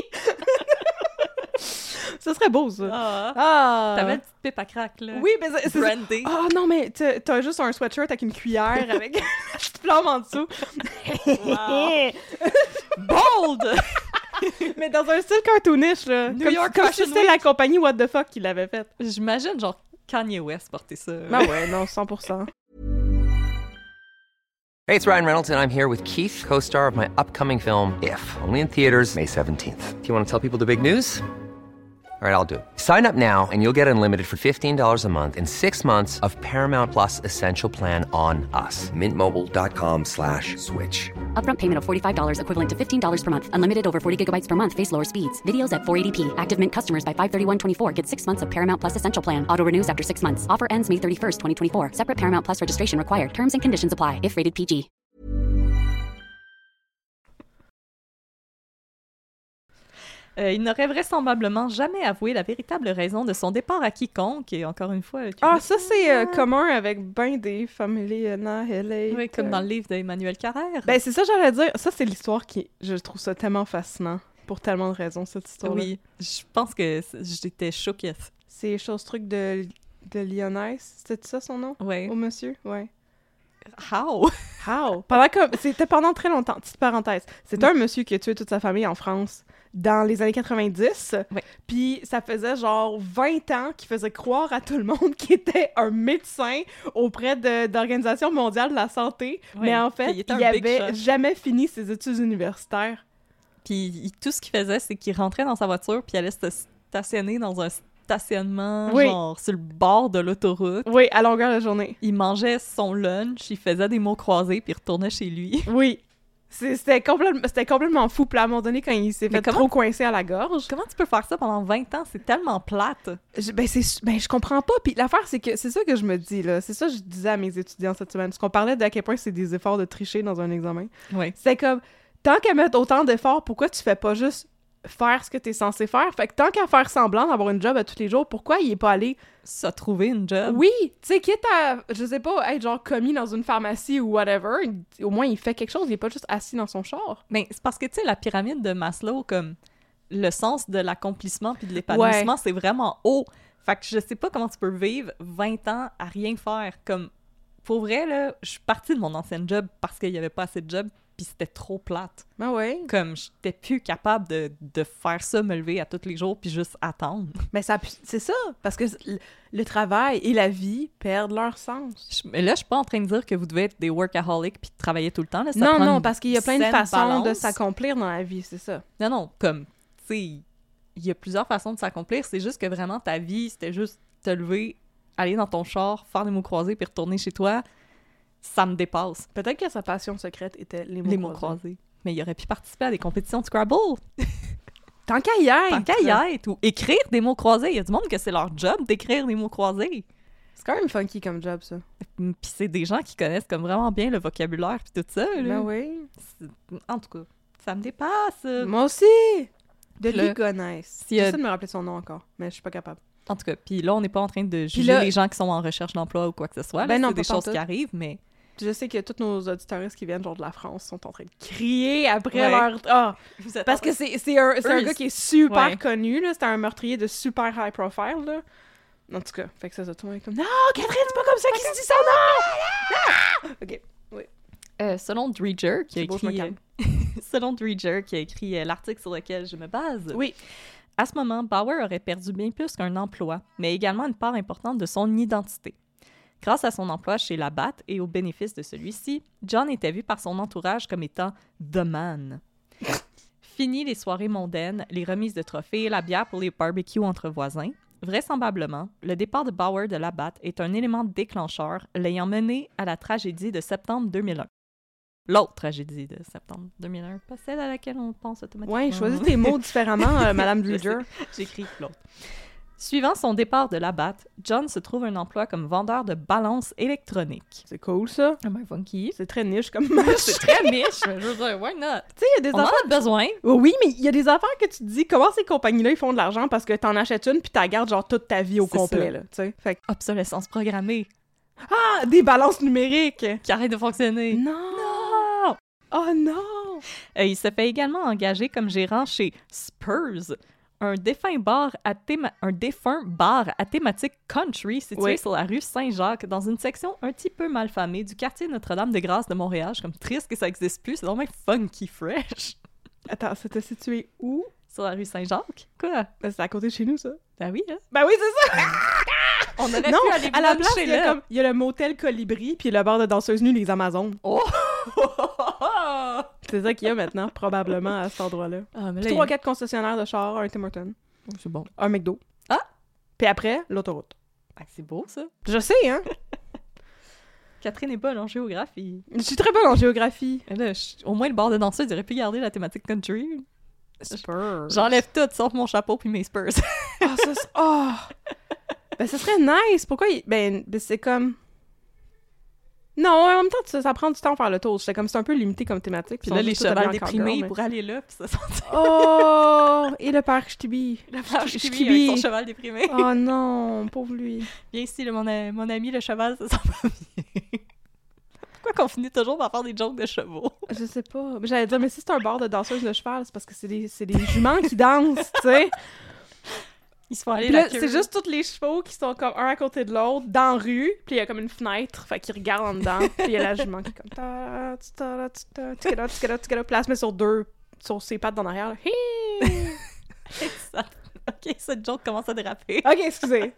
Ça serait beau, ça. Ah! T'avais une petite pipe à crack, là. Oui, mais c'est... Brandy. Ah non, mais t'as juste un sweatshirt avec une cuillère avec une petite flamme en dessous. Wow. Bold! Mais dans un style cartoonish, là. New comme York comme si Fashion c'était Week. la compagnie What the Fuck qui l'avait faite. J'imagine, genre, Kanye West porter ça. Ah ouais, non, 100%. Hey, it's Ryan Reynolds, and I'm here with Keith, co-star of my upcoming film, If, only in theaters May 17th. Do you want to tell people the big news? All right, I'll do it. Sign up now and you'll get unlimited for $15 a month and 6 months of Paramount Plus Essential Plan on us. MintMobile.com/switch. Upfront payment of $45 equivalent to $15 per month. Unlimited over 40 gigabytes per month. Face lower speeds. Videos at 480p. Active Mint customers by 531.24 get 6 months of Paramount Plus Essential Plan. Auto renews after 6 months. Offer ends May 31st, 2024. Separate Paramount Plus registration required. Terms and conditions apply if rated PG. Il n'aurait vraisemblablement jamais avoué la véritable raison de son départ à quiconque, et encore une fois... Ah, ça, c'est commun avec ben des familles LA. Oui, comme dans le livre d'Emmanuel Carrère. Ben, c'est ça, j'allais dire. Ça, c'est l'histoire qui... Je trouve ça tellement fascinant. Pour tellement de raisons, cette histoire-là. Oui, je pense que j'étais choquée. C'est chose-truc de Lyonnaise. C'était ça son nom? Oui. Au monsieur? Ouais. How? How? C'était pendant très longtemps. Petite parenthèse. C'est un monsieur qui a tué toute sa famille en France dans les années 90. Ouais. Puis ça faisait genre 20 ans qu'il faisait croire à tout le monde qu'il était un médecin auprès d'Organisation mondiale de la santé. Ouais. Mais en fait, Il était il un big avait shot. jamais fini ses études universitaires. Puis tout ce qu'il faisait, c'est qu'il rentrait dans sa voiture puis il allait se stationner dans un stationnement, Oui. genre sur le bord de l'autoroute. Oui, à longueur de journée. Il mangeait son lunch, il faisait des mots croisés puis il retournait chez lui. Oui. C'était complètement fou. Puis à un moment donné, quand il s'est Mais fait comment- trop coincer à la gorge... Comment tu peux faire ça pendant 20 ans? C'est tellement plate. Je comprends pas. Puis l'affaire, c'est que c'est ça que je me dis, là. C'est ça que je disais à mes étudiants cette semaine. Parce qu'on parlait d'à quel point c'est des efforts de tricher dans un examen. Oui. C'est comme, tant qu'à mettre autant d'efforts, pourquoi tu fais pas juste faire ce que t'es censé faire. Fait que tant qu'à faire semblant d'avoir une job à tous les jours, pourquoi il est pas allé... Ça trouver une job. Oui! Tu sais, quitte à, je sais pas, être genre commis dans une pharmacie ou whatever, au moins il fait quelque chose, il est pas juste assis dans son char. Mais c'est parce que, tu sais, la pyramide de Maslow, comme le sens de l'accomplissement puis de l'épanouissement, c'est vraiment haut. Fait que je sais pas comment tu peux vivre 20 ans à rien faire. Comme, pour vrai, là, je suis partie de mon ancien job parce qu'il y avait pas assez de job puis c'était trop plate. Ben ouais. Comme, j'étais plus capable de faire ça, me lever à tous les jours puis juste attendre. Mais c'est ça, parce que le travail et la vie perdent leur sens. Mais là, je suis pas en train de dire que vous devez être des workaholics puis travailler tout le temps. Là. Ça Non, prend non, une parce qu'il y a plein de saine façons de balance. s'accomplir dans la vie, c'est ça. Non, non, comme, tu sais, il y a plusieurs façons de s'accomplir. C'est juste que vraiment, ta vie, c'était juste te lever, aller dans ton char, faire des mots croisés puis retourner chez toi. Ça me dépasse. Peut-être que sa passion secrète était les mots croisés. Mais il aurait pu participer à des compétitions de Scrabble. Tant qu'à y être! Tant qu'à y être. Ou écrire des mots croisés. Il y a du monde que c'est leur job d'écrire des mots croisés. C'est quand même funky comme job, ça. Puis c'est des gens qui connaissent comme vraiment bien le vocabulaire puis tout ça. Là. Ben oui. En tout cas, ça me dépasse. Moi aussi! De Puis là, Ligonesse. s'il y a- J'essaie de me rappeler son nom encore, mais je suis pas capable. En tout cas, puis là, on n'est pas en train de juger là- les gens qui sont en recherche d'emploi ou quoi que ce soit. Là. Ben non, c'est des pas choses pantoute. qui arrivent, mais... Je sais que tous nos auditeurs qui viennent genre de la France sont en train de crier après Ouais. leur... Ah! Vous êtes Parce que c'est un Eux, gars qui est super ouais. connu, là. C'est un meurtrier de super high profile, là. En tout cas, fait que ça, tout le monde est comme... Non, Catherine, c'est pas comme ça qu'il se dit son nom! Ah! OK. selon Dredger, qui a C'est beau, je me écrit... selon Dredger, qui a écrit l'article sur lequel je me base, Oui. à ce moment, Bauer aurait perdu bien plus qu'un emploi, mais également une part importante de son identité. Grâce à son emploi chez la BAT et au bénéfice de celui-ci, John était vu par son entourage comme étant « the man ». Fini les soirées mondaines, les remises de trophées, la bière pour les barbecues entre voisins. Vraisemblablement, le départ de Bauer de la BAT est un élément déclencheur l'ayant mené à la tragédie de septembre 2001. L'autre tragédie de septembre 2001, pas celle à laquelle on pense automatiquement. Ouais, choisis tes mots différemment, Madame Je sais. Dredger. J'écris l'autre. Suivant son départ de la BAT, John se trouve un emploi comme vendeur de balances électroniques. C'est cool, ça. Ah ben funky. C'est très niche comme C'est très niche, mais je veux dire, why not? Tu sais, il y a des On en affaires... a besoin. Oh oui, mais il y a des affaires que tu te dis, comment ces compagnies-là, ils font de l'argent parce que t'en achètes une puis t'as gardes genre toute ta vie au C'est complet, ça. là, tu sais. Fait que... Obsolescence programmée, Ah! Des balances numériques! qui arrête de fonctionner. Non! Non! Oh non! Il se fait également engager comme gérant chez Spurs, un défunt bar à thématique country situé Oui. sur la rue Saint-Jacques, dans une section un petit peu malfamée du quartier Notre-Dame-de-Grâce de Montréal. Je suis comme triste que ça existe plus, c'est vraiment funky fresh. Attends, c'était situé où? Sur la rue Saint-Jacques? Quoi? Ben, c'est à côté de chez nous, ça. Ben oui, hein? Ben oui, c'est ça! On aurait Non, pu aller à la place, luncher il y a là. comme... Il y a le motel Colibri puis le bar de danseuses nues, les Amazones. Oh! C'est ça qu'il y a maintenant, probablement, à cet endroit-là. Ah, mais là, 3-4 concessionnaires de chars, un Tim Hortons, c'est bon. un McDo. Ah! Puis après, l'autoroute. Ben, c'est beau, ça. Je sais, hein? Catherine est bonne en géographie. Je suis très bonne en géographie. Et là, au moins, le bar de danseuse, il aurait pu garder la thématique country. Spurs. J'enlève tout, sauf mon chapeau puis mes Spurs. Ah, ça... Oh! Ben, ça serait nice. Pourquoi il... Ben, c'est comme... Non, en même temps, ça prend du temps à faire le tour. J'étais comme, c'est un peu limité comme thématique. Puis Ils là, sont les tous habillés chevals en déprimés cowgirl, mais- pour aller là, puis ça sent... Oh! Et le père Ch'tibi. Le père Ch'tibi. Ch'tibi avec son cheval déprimé. Oh non, pauvre lui. Viens ici, là, mon ami, le cheval, ça sent pas bien. Pourquoi qu'on finit toujours par faire des jokes de chevaux? Je sais pas. Mais j'allais dire, mais si c'est un bar de danseuses de cheval, c'est parce que c'est des juments qui dansent, tu sais. Ils se font aller Puis la là, queue. c'est juste tous les chevaux qui sont comme un à côté de l'autre, dans la rue, puis il y a comme une fenêtre, fait qu'ils regardent en dedans, puis il y a la jument qui est comme... Puis là, elle se met sur ses pattes dans l'arrière, là. Hi! Ça- Ok, cette joke commence à déraper. Ok, excusez.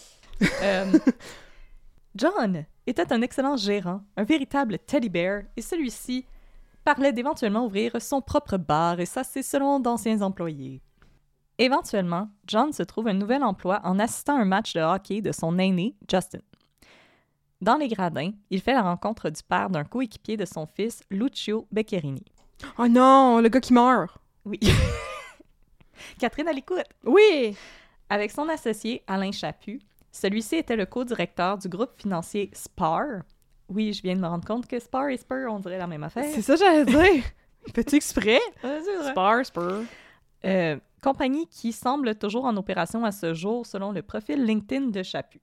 John était un excellent gérant, un véritable teddy bear, et celui-ci parlait d'éventuellement ouvrir son propre bar, et ça, c'est selon d'anciens employés. Éventuellement, John se trouve un nouvel emploi en assistant à un match de hockey de son aîné, Justin. Dans les gradins, il fait la rencontre du père d'un coéquipier de son fils, Lucio Beccherini. Oh non, le gars qui meurt. Oui. Catherine, elle écoute. Oui! Avec son associé, Alain Chaput, celui-ci était le co-directeur du groupe financier SPAR. Oui, je viens de me rendre compte que SPAR et Spur, on dirait la même affaire. C'est ça, j'allais dire. Fais-tu exprès? C'est vrai. Spur. Compagnie qui semble toujours en opération à ce jour selon le profil LinkedIn de Chaput.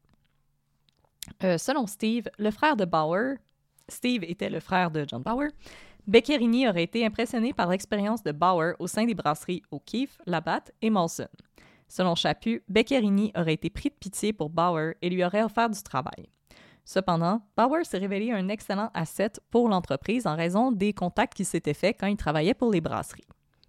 Selon Steve, le frère de Bauer, Steve était le frère de John Bauer, Beccherini aurait été impressionné par l'expérience de Bauer au sein des brasseries O'Keeffe, Labatt et Molson. Selon Chaput, Beccherini aurait été pris de pitié pour Bauer et lui aurait offert du travail. Cependant, Bauer s'est révélé un excellent asset pour l'entreprise en raison des contacts qui s'étaient faits quand il travaillait pour les brasseries.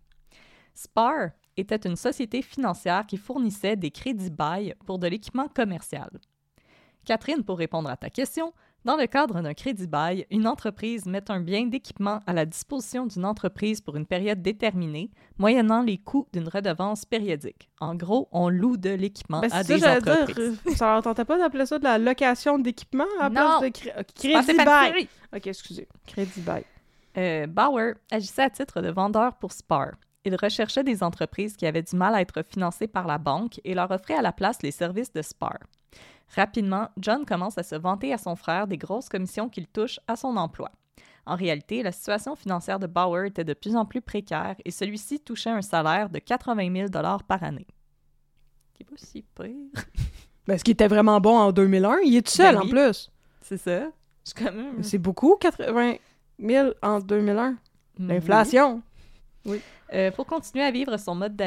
Spar était une société financière qui fournissait des crédits bail pour de l'équipement commercial. Catherine, pour répondre à ta question, dans le cadre d'un crédit bail, une entreprise met un bien d'équipement à la disposition d'une entreprise pour une période déterminée, moyennant les coûts d'une redevance périodique. En gros, on loue de l'équipement à des entreprises. Ça leur tentait pas d'appeler ça de la location d'équipement à la place de crédit c'est bail? Ok, excusez. Crédit bail. Bauer agissait à titre de vendeur pour Spar. Il recherchait des entreprises qui avaient du mal à être financées par la banque et leur offrait à la place les services de Spar. Rapidement, John commence à se vanter à son frère des grosses commissions qu'il touche à son emploi. En réalité, la situation financière de Bauer était de plus en plus précaire et celui-ci touchait un salaire de 80 000 $ par année. C'est pas si pire. Ben, ce qui était vraiment bon en 2001, il est tout seul en plus. C'est ça. Quand même... C'est beaucoup, 80 000 en 2001. L'inflation. Oui. Pour continuer à vivre son mode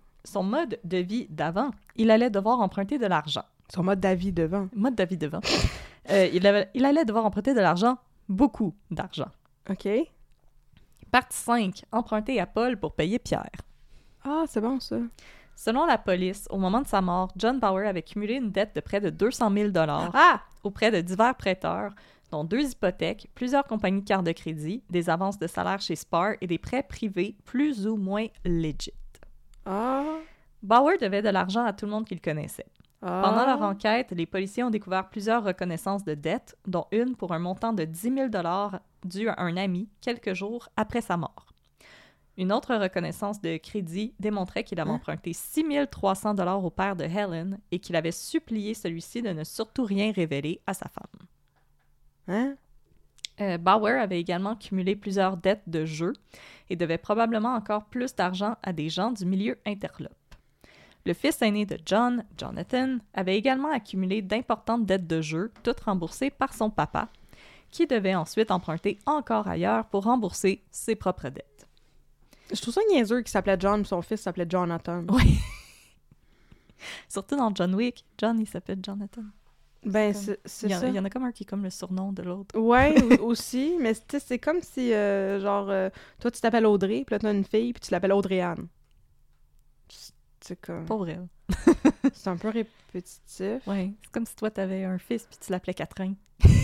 de vie d'avant, il allait devoir emprunter de l'argent. Son mode d'avis devant. Mode d'avis devant. Il allait devoir emprunter de l'argent, beaucoup d'argent. OK. Partie 5, emprunter à Paul pour payer Pierre. Ah, c'est bon, ça. Selon la police, au moment de sa mort, John Bauer avait cumulé une dette de près de 200 000 $ auprès de divers prêteurs, dont 2 hypothèques, plusieurs compagnies de cartes de crédit, des avances de salaire chez Spar et des prêts privés plus ou moins legit. Ah. Bauer devait de l'argent à tout le monde qu'il connaissait. Pendant leur enquête, les policiers ont découvert plusieurs reconnaissances de dettes, dont une pour un montant de 10 000 $ dû à un ami quelques jours après sa mort. Une autre reconnaissance de crédit démontrait qu'il avait emprunté 6 300 $ au père de Helen et qu'il avait supplié celui-ci de ne surtout rien révéler à sa femme. Bauer avait également cumulé plusieurs dettes de jeu et devait probablement encore plus d'argent à des gens du milieu interlope. Le fils aîné de John, Jonathan, avait également accumulé d'importantes dettes de jeu, toutes remboursées par son papa, qui devait ensuite emprunter encore ailleurs pour rembourser ses propres dettes. Je trouve ça niaiseux qu'il s'appelait John et son fils s'appelait Jonathan. Oui. Surtout dans John Wick, John, il s'appelle Jonathan. Ben, c'est ça. Il y en a comme un qui est comme le surnom de l'autre. Ouais, aussi, mais c'est comme si, toi, tu t'appelles Audrey, puis là, t'as une fille, puis tu l'appelles Audrey-Anne. C'est comme... Pas vrai. C'est un peu répétitif. Ouais, c'est comme si toi, t'avais un fils, puis tu l'appelais Catherine.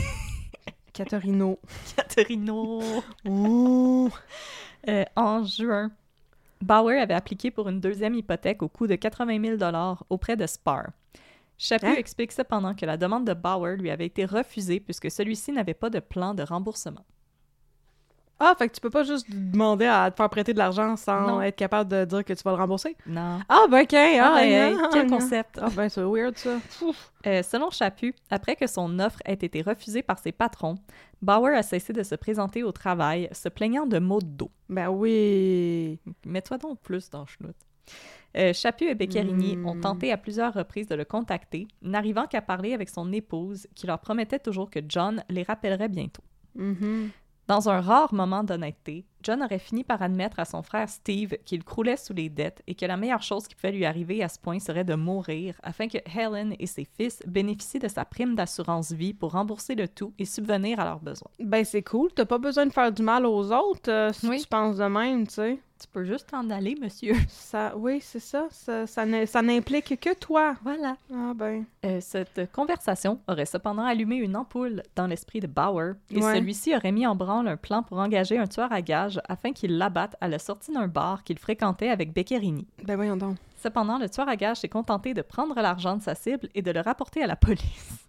Caterino. Caterino! Ouh! En juin, Bauer avait appliqué pour une deuxième hypothèque au coût de 80 000 $ auprès de Spar. Chaput explique cependant que la demande de Bauer lui avait été refusée puisque celui-ci n'avait pas de plan de remboursement. Ah, fait que tu peux pas juste demander à te faire prêter de l'argent sans être capable de dire que tu vas le rembourser? Non. Ah, ben OK. Quel concept. Ah, ben c'est weird, ça. Selon Chaput, après que son offre ait été refusée par ses patrons, Bauer a cessé de se présenter au travail, se plaignant de maux de dos. Ben oui. Mets-toi donc plus dans le chenoute. Chaput et Beccherini ont tenté à plusieurs reprises de le contacter, n'arrivant qu'à parler avec son épouse, qui leur promettait toujours que John les rappellerait bientôt. Dans un rare moment d'honnêteté, John aurait fini par admettre à son frère Steve qu'il croulait sous les dettes et que la meilleure chose qui pouvait lui arriver à ce point serait de mourir afin que Helen et ses fils bénéficient de sa prime d'assurance vie pour rembourser le tout et subvenir à leurs besoins. Ben c'est cool, t'as pas besoin de faire du mal aux autres si tu penses de même, tu sais. Tu peux juste t'en aller, monsieur. Oui, c'est ça. Ça n'implique que toi. Voilà. Ah ben. Cette conversation aurait cependant allumé une ampoule dans l'esprit de Bauer et celui-ci aurait mis en branle un plan pour engager un tueur à gages afin qu'il l'abatte à la sortie d'un bar qu'il fréquentait avec Beccherini. Ben voyons donc. Cependant, le tueur à gages s'est contenté de prendre l'argent de sa cible et de le rapporter à la police.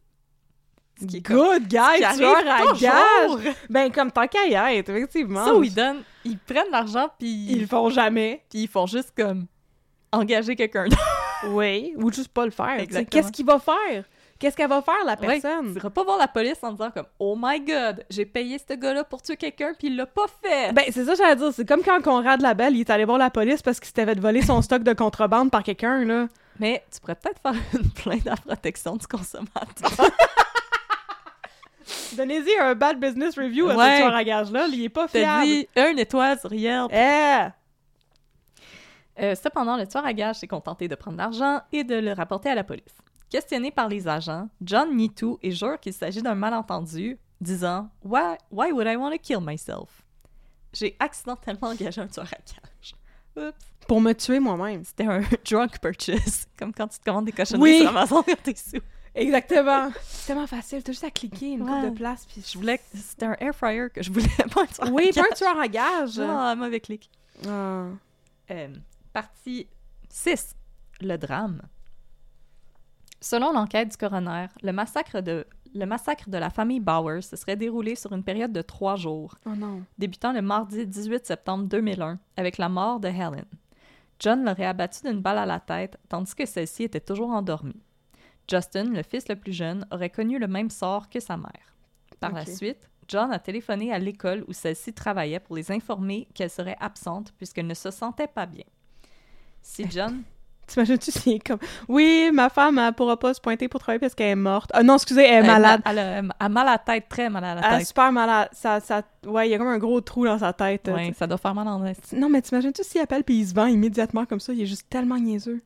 Good guy, tueur à gages! Ben, comme tant qu'à y être, effectivement. Ça, où ils prennent l'argent, puis... Ils le font jamais. Puis ils font juste comme engager quelqu'un d'autre. Oui, ou juste pas le faire. Exactement. Qu'est-ce qu'il va faire? Qu'est-ce qu'elle va faire, la Ouais, personne? tu iras pas voir la police en disant comme « Oh my God, j'ai payé ce gars-là pour tuer quelqu'un puis il l'a pas fait! » Ben, c'est ça, j'allais dire. C'est comme quand Conrad Labelle, il est allé voir la police parce qu'il s'était fait voler son stock de contrebande par quelqu'un, là. Mais tu pourrais peut-être faire une plainte à la protection du consommateur. Donnez-y un bad business review à Ouais. ce tueur à gage-là. Il est pas T'as fiable. dit 1 étoile sur Yelp. Eh! Cependant, le tueur à gages s'est contenté de prendre l'argent et de le rapporter à la police. Questionné par les agents, John nie tout et jure qu'il s'agit d'un malentendu, disant « Why would I want to kill myself? » J'ai accidentellement engagé un tueur à gages. Oups. Pour me tuer moi-même. C'était un drunk purchase, comme quand tu te commandes des cochonneries Oui. sur Amazon quand t'es sous. Exactement. C'est tellement facile. T'as juste à cliquer une coupe Ouais. de place. Puis Je voulais... C'était un air fryer que je voulais, pas un tueur à Oui, gages. pas un tueur à gage. Ah, mauvais clic. Ah. Partie 6. Le drame. Selon l'enquête du coroner, le massacre de la famille Bowers se serait déroulé sur une période de 3 jours, Oh non. débutant le mardi 18 septembre 2001 avec la mort de Helen. John l'aurait abattue d'une balle à la tête, tandis que celle-ci était toujours endormie. Justin, le fils le plus jeune, aurait connu le même sort que sa mère. Par la Ok. suite, John a téléphoné à l'école où celle-ci travaillait pour les informer qu'elle serait absente puisqu'elle ne se sentait pas bien. Si John... T'imagines-tu s'il est comme... Oui, ma femme, elle pourra pas se pointer pour travailler parce qu'elle est morte. Ah non, excusez, elle est malade. Elle a mal à la tête, très mal à la Elle est tête. super malade. Ouais, il y a comme un gros trou dans sa tête. Ouais, ça doit faire mal en est. Non, mais t'imagines-tu s'il appelle puis il se vend immédiatement comme ça? Il est juste tellement niaiseux.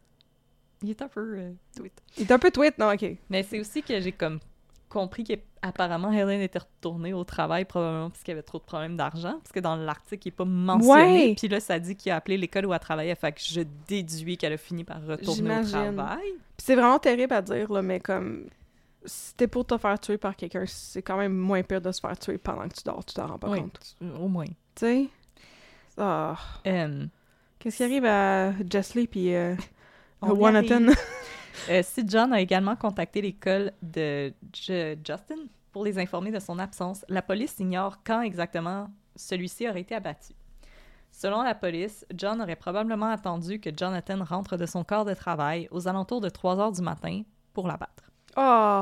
Il est un peu tweet. Il est un peu tweet, non, OK. Mais c'est aussi que j'ai comme compris qu'apparemment Helen était retournée au travail probablement parce qu'il y avait trop de problèmes d'argent, parce que dans l'article, il n'est pas mentionné. Ouais. Puis là, ça dit qu'il a appelé l'école où elle travaillait, fait que je déduis qu'elle a fini par retourner au J'imagine. travail. Puis c'est vraiment terrible à dire, là, mais comme... Si t'es pour te faire tuer par quelqu'un, c'est quand même moins pire de se faire tuer pendant que tu dors, tu t'en rends pas Oui, compte. au moins. Tu sais? Ah... Qu'est-ce qui arrive à Jessley puis On y Wanatan? Si John a également contacté l'école de Justin pour les informer de son absence, la police ignore quand exactement celui-ci aurait été abattu. Selon la police, John aurait probablement attendu que Jonathan rentre de son corps de travail aux alentours de 3 heures du matin pour l'abattre. Oh!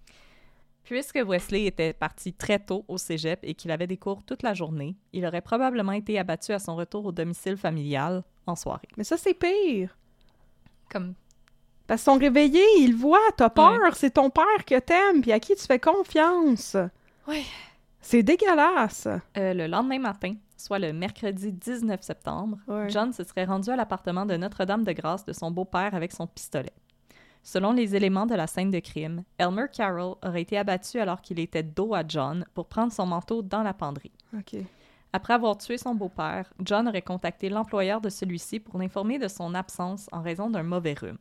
Puisque Wesley était parti très tôt au cégep et qu'il avait des cours toute la journée, il aurait probablement été abattu à son retour au domicile familial en soirée. Mais ça, c'est pire. Comme Parce qu'ils sont réveillés, ils le voient, t'as peur, c'est ton père que t'aimes, puis à qui tu fais confiance. Ouais. C'est dégueulasse. le lendemain matin, soit le mercredi 19 septembre, Ouais. John se serait rendu à l'appartement de Notre-Dame-de-Grâce de son beau-père avec son pistolet. Selon les éléments de la scène de crime, Elmer Carroll aurait été abattu alors qu'il était dos à John pour prendre son manteau dans la penderie. OK. Après avoir tué son beau-père, John aurait contacté l'employeur de celui-ci pour l'informer de son absence en raison d'un mauvais rhume.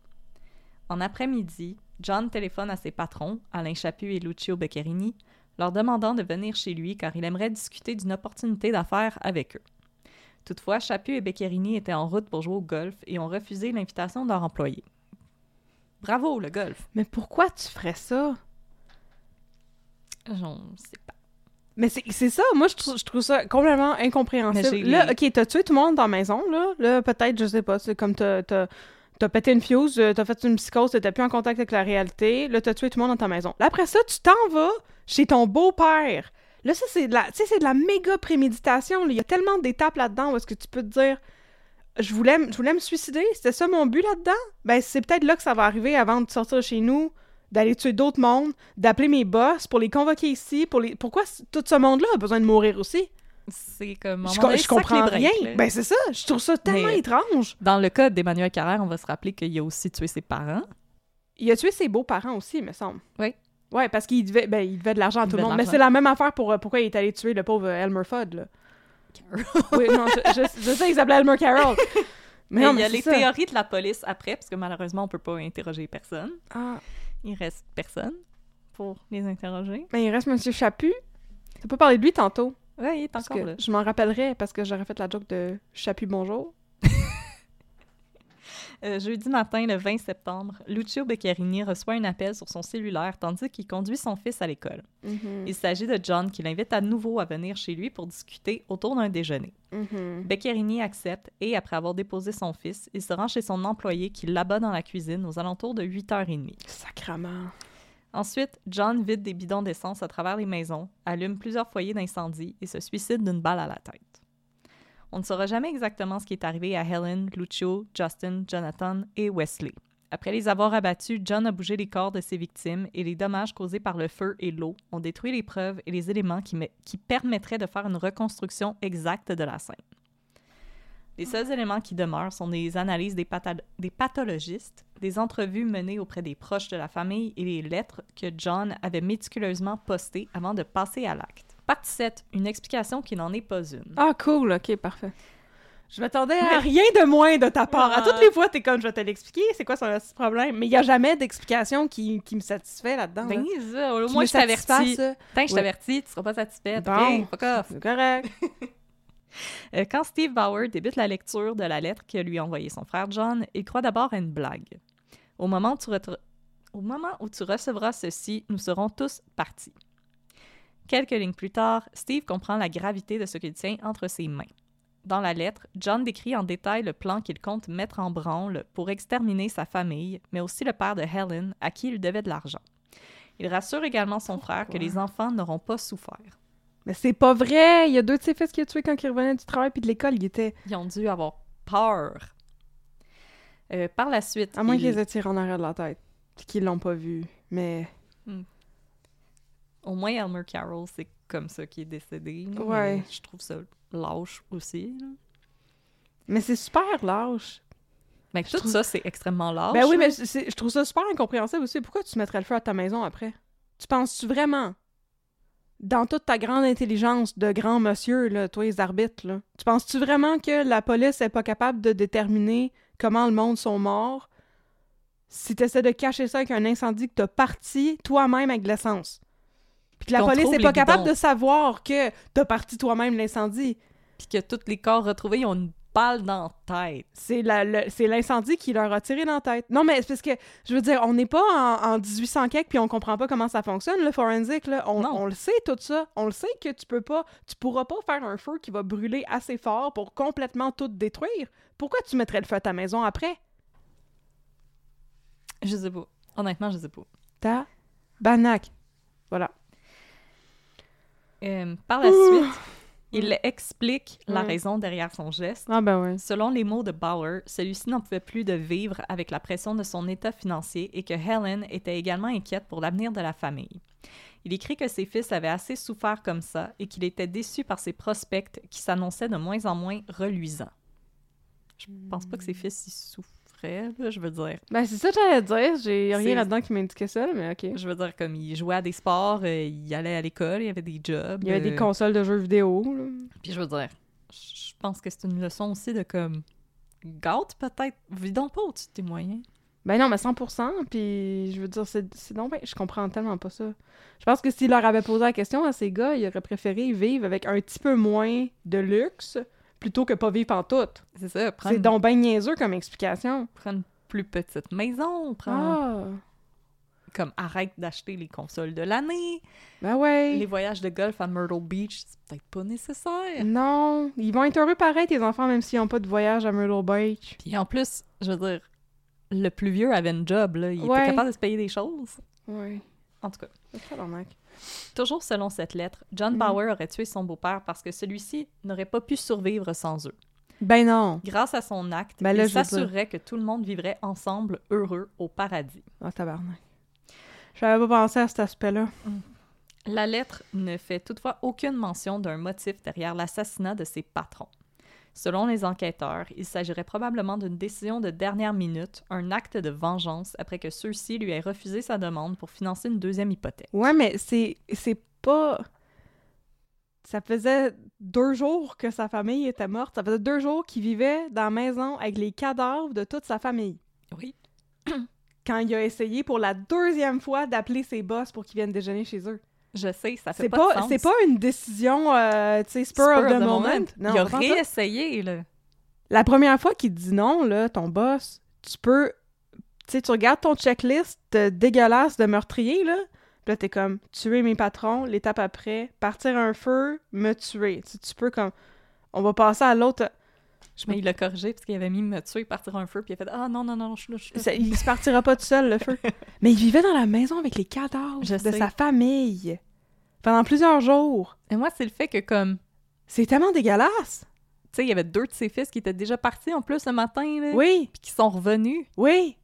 En après-midi, John téléphone à ses patrons, Alain Chaput et Lucio Beccherini, leur demandant de venir chez lui car il aimerait discuter d'une opportunité d'affaires avec eux. Toutefois, Chaput et Beccherini étaient en route pour jouer au golf et ont refusé l'invitation de leur employé. Bravo, le golf! Mais pourquoi tu ferais ça? Je sais pas. Mais c'est ça, moi je trouve ça complètement incompréhensible. Mais j'ai Là, les- OK, t'as tué tout le monde dans la maison, là. Là, peut-être, je sais pas, c'est comme t'as pété une fuse, t'as fait une psychose, t'étais plus en contact avec la réalité. Là, t'as tué tout le monde dans ta maison. Là, après ça, tu t'en vas chez ton beau-père. Là, ça, c'est de la, tu sais, c'est de la méga préméditation. Là. Il y a tellement d'étapes là-dedans où est-ce que tu peux te dire je voulais me suicider, c'était ça mon but là-dedans? Ben, c'est peut-être là que ça va arriver avant de sortir de chez nous, d'aller tuer d'autres mondes, d'appeler mes boss pour les convoquer ici, Pourquoi tout ce monde-là a besoin de mourir aussi? C'est comme... Je comprends rien. Ben, c'est ça, je trouve ça tellement Mais- étrange. Dans le cas d'Emmanuel Carrère, on va se rappeler qu'il a aussi tué ses parents. Il a tué ses beaux-parents aussi, me semble. Oui. Ouais, parce qu'il devait de l'argent à Il tout le devait de monde. Mais l'argent. c'est la même affaire pour pourquoi il est allé tuer le pauvre Elmer Fudd, là. Oui, non, je sais qu'il s'appelait Elmer Carroll. Mais non, il y a c'est les ça. théories de la police après, parce que malheureusement, on peut pas interroger personne. Ah, Il reste personne pour les interroger. mais il reste Monsieur Chaput. T'as pas parlé de lui tantôt. Oui, il est Parce encore que là. je m'en rappellerai parce que j'aurais fait la joke de Chaput bonjour. Jeudi matin, le 20 septembre, Lucio Beccherini reçoit un appel sur son cellulaire tandis qu'il conduit son fils à l'école. Il s'agit de John qui l'invite à nouveau à venir chez lui pour discuter autour d'un déjeuner. Beccherini accepte et, après avoir déposé son fils, il se rend chez son employé qui l'abat dans la cuisine aux alentours de 8h30. Sacrement. Ensuite, John vide des bidons d'essence à travers les maisons, allume plusieurs foyers d'incendie et se suicide d'une balle à la tête. On ne saura jamais exactement ce qui est arrivé à Helen, Lucio, Justin, Jonathan et Wesley. Après les avoir abattus, John a bougé les corps de ses victimes et les dommages causés par le feu et l'eau ont détruit les preuves et les éléments qui permettraient de faire une reconstruction exacte de la scène. Les seuls éléments qui demeurent sont des analyses des pathologistes, des entrevues menées auprès des proches de la famille et les lettres que John avait méticuleusement postées avant de passer à l'acte. Partie 7. Une explication qui n'en est pas une. Ah, cool, ok, parfait. Je m'attendais à rien de moins de ta part. À toutes les fois, t'es comme, je vais te l'expliquer, c'est quoi son problème? Mais il n'y a jamais d'explication qui me satisfait là-dedans. Ben, là. ça, au moins, je t'avertis. Tant que je t'avertis, tu seras pas satisfaite. Bon, fuck off. c'est correct. Quand Steve Bauer débute la lecture de la lettre que lui a envoyée son frère John, il croit d'abord à une blague. Au moment où tu recevras ceci, nous serons tous partis. Quelques lignes plus tard, Steve comprend la gravité de ce qu'il tient entre ses mains. Dans la lettre, John décrit en détail le plan qu'il compte mettre en branle pour exterminer sa famille, mais aussi le père de Helen, à qui il devait de l'argent. Il rassure également son frère que les enfants n'auront pas souffert. Mais c'est pas vrai! Il y a 2 de ses fils qui a tué quand ils revenaient du travail puis de l'école. Ils ont dû avoir peur. Par la suite... À moins qu'ils les aient tirés en arrière de la tête puis qu'ils l'ont pas vu, mais... Au moins, Elmer Carroll, c'est comme ça qu'il est décédé. Ouais. Je trouve ça lâche aussi. Là. Mais c'est super lâche. Mais tout ça, c'est extrêmement lâche. Ben oui, mais je trouve ça super incompréhensible aussi. Pourquoi tu mettrais le feu à ta maison après? Tu penses-tu vraiment, dans toute ta grande intelligence de grand monsieur, là, toi, les arbitres, là, tu penses-tu vraiment que la police est pas capable de déterminer comment le monde sont morts si tu essaies de cacher ça avec un incendie que t'as parti toi-même avec de l'essence? Puis que la police n'est pas capable de savoir que t'as parti toi-même l'incendie. Puis que tous les corps retrouvés, ils ont une balle dans la tête. C'est l'incendie qui leur a tiré dans la tête. Non, mais c'est parce que, je veux dire, on n'est pas en 1800 quelque puis on comprend pas comment ça fonctionne, le forensic, là. On le sait, tout ça. On le sait que tu pourras pas faire un feu qui va brûler assez fort pour complètement tout détruire. Pourquoi tu mettrais le feu à ta maison après? Je sais pas. Honnêtement, je sais pas. Banac. Voilà. Par la suite, il explique la raison derrière son geste. Ah ben ouais. Selon les mots de Bauer, celui-ci n'en pouvait plus de vivre avec la pression de son état financier et que Helen était également inquiète pour l'avenir de la famille. Il écrit que ses fils avaient assez souffert comme ça et qu'il était déçu par ses prospects qui s'annonçaient de moins en moins reluisants. Je pense pas que ses fils y souffraient, là, je veux dire. Ben c'est ça que j'allais dire, j'ai rien là-dedans qui m'indiquait ça, mais ok. Je veux dire, comme il jouait à des sports, il allait à l'école, il y avait des jobs. Il y avait des consoles de jeux vidéo, là. Puis je veux dire, je pense que c'est une leçon aussi de comme, gâte peut-être, vis donc pas au-dessus de tes moyens. Ben non, mais 100%, puis je veux dire, c'est donc ben, je comprends tellement pas ça. Je pense que s'il leur avait posé la question à ces gars, ils auraient préféré vivre avec un petit peu moins de luxe plutôt que pas vivre pantoute. C'est ça. C'est donc ben niaiseux comme explication. Prends une plus petite maison, comme arrête d'acheter les consoles de l'année. Ben ouais. Les voyages de golf à Myrtle Beach, c'est peut-être pas nécessaire. Non, ils vont être heureux pareil, tes enfants, même s'ils n'ont pas de voyage à Myrtle Beach. Puis en plus, je veux dire, le plus vieux avait une job, là. Il était capable de se payer des choses. Oui. En tout cas. C'est pas normal. Toujours selon cette lettre, John Bauer aurait tué son beau-père parce que celui-ci n'aurait pas pu survivre sans eux. Ben non. Grâce à son acte, ben là, il s'assurerait que tout le monde vivrait ensemble, heureux, au paradis. Ah, tabarnak. J'avais pas pensé à cet aspect-là. La lettre ne fait toutefois aucune mention d'un motif derrière l'assassinat de ses patrons. Selon les enquêteurs, il s'agirait probablement d'une décision de dernière minute, un acte de vengeance après que ceux-ci lui aient refusé sa demande pour financer une deuxième hypothèque. Ouais, mais c'est pas... Ça faisait 2 jours que sa famille était morte. Ça faisait 2 jours qu'il vivait dans la maison avec les cadavres de toute sa famille. Oui. Quand il a essayé pour la 2e fois d'appeler ses boss pour qu'ils viennent déjeuner chez eux. Je sais, ça fait pas de sens. C'est pas une décision, tu sais, spur of the moment. Non, il a réessayé, là. La première fois qu'il dit non, là, ton boss, tu peux... Tu sais, tu regardes ton checklist dégueulasse de meurtrier, là, puis là, t'es comme, tuer mes patrons, l'étape après, partir un feu, me tuer. Tu peux comme... On va passer à l'autre... Mais il l'a corrigé parce qu'il avait mis me tuer, partir un feu, puis il a fait « Ah non, je suis là. » Il se partira pas tout seul, le feu. Mais il vivait dans la maison avec les cadavres de sa famille pendant plusieurs jours. Et moi, c'est le fait que comme... C'est tellement dégueulasse! Tu sais, il y avait 2 de ses fils qui étaient déjà partis en plus le matin, là. Oui! Puis qui sont revenus. Oui!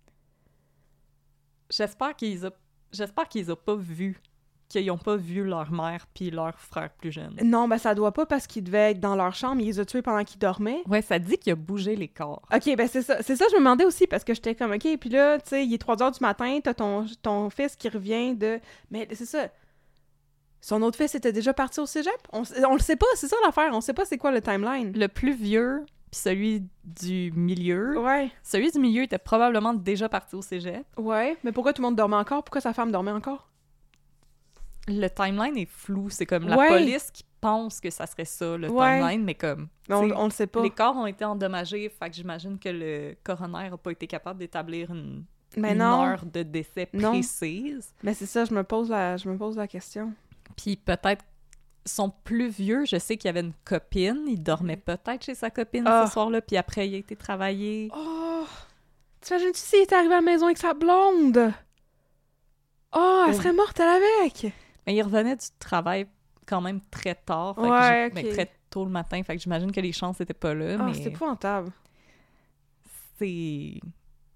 J'espère qu'ils ont pas vu, qu'ils ont pas vu leur mère puis leur frère plus jeune. Non, ben ça doit pas parce qu'ils devaient être dans leur chambre. Ils les ont tués pendant qu'ils dormaient. Ouais, ça dit qu'il a bougé les corps. OK, ben c'est ça. C'est ça, je me demandais aussi parce que j'étais comme, OK, puis là, tu sais, il est 3 heures du matin, t'as ton fils qui revient de... Mais c'est ça. Son autre fils était déjà parti au cégep? On le sait pas, c'est ça l'affaire. On sait pas c'est quoi le timeline. Le plus vieux, puis celui du milieu. Ouais. Celui du milieu était probablement déjà parti au cégep. Ouais, mais pourquoi tout le monde dormait encore? Pourquoi sa femme dormait encore? Le timeline est flou. C'est comme la Ouais. police qui pense que ça serait ça, le Ouais. timeline, mais comme... Mais t'sais, on le sait pas. les corps ont été endommagés, fait que j'imagine que le coroner a pas été capable d'établir une Mais non. heure de décès Non. précise. Mais c'est ça, je me pose la question. Puis peut-être son plus vieux, je sais qu'il y avait une copine, il dormait peut-être chez sa copine Ah. ce soir-là, puis après il a été travailler. Oh! T'imagines-tu s'il était arrivé à la maison avec sa blonde? Oh, elle Oh. serait morte, elle, avec! Mais il revenait du travail quand même très tard, fait que Ouais, mais ok. très tôt le matin, fait que j'imagine que les chances étaient pas là, Ah, mais c'est épouvantable. c'est...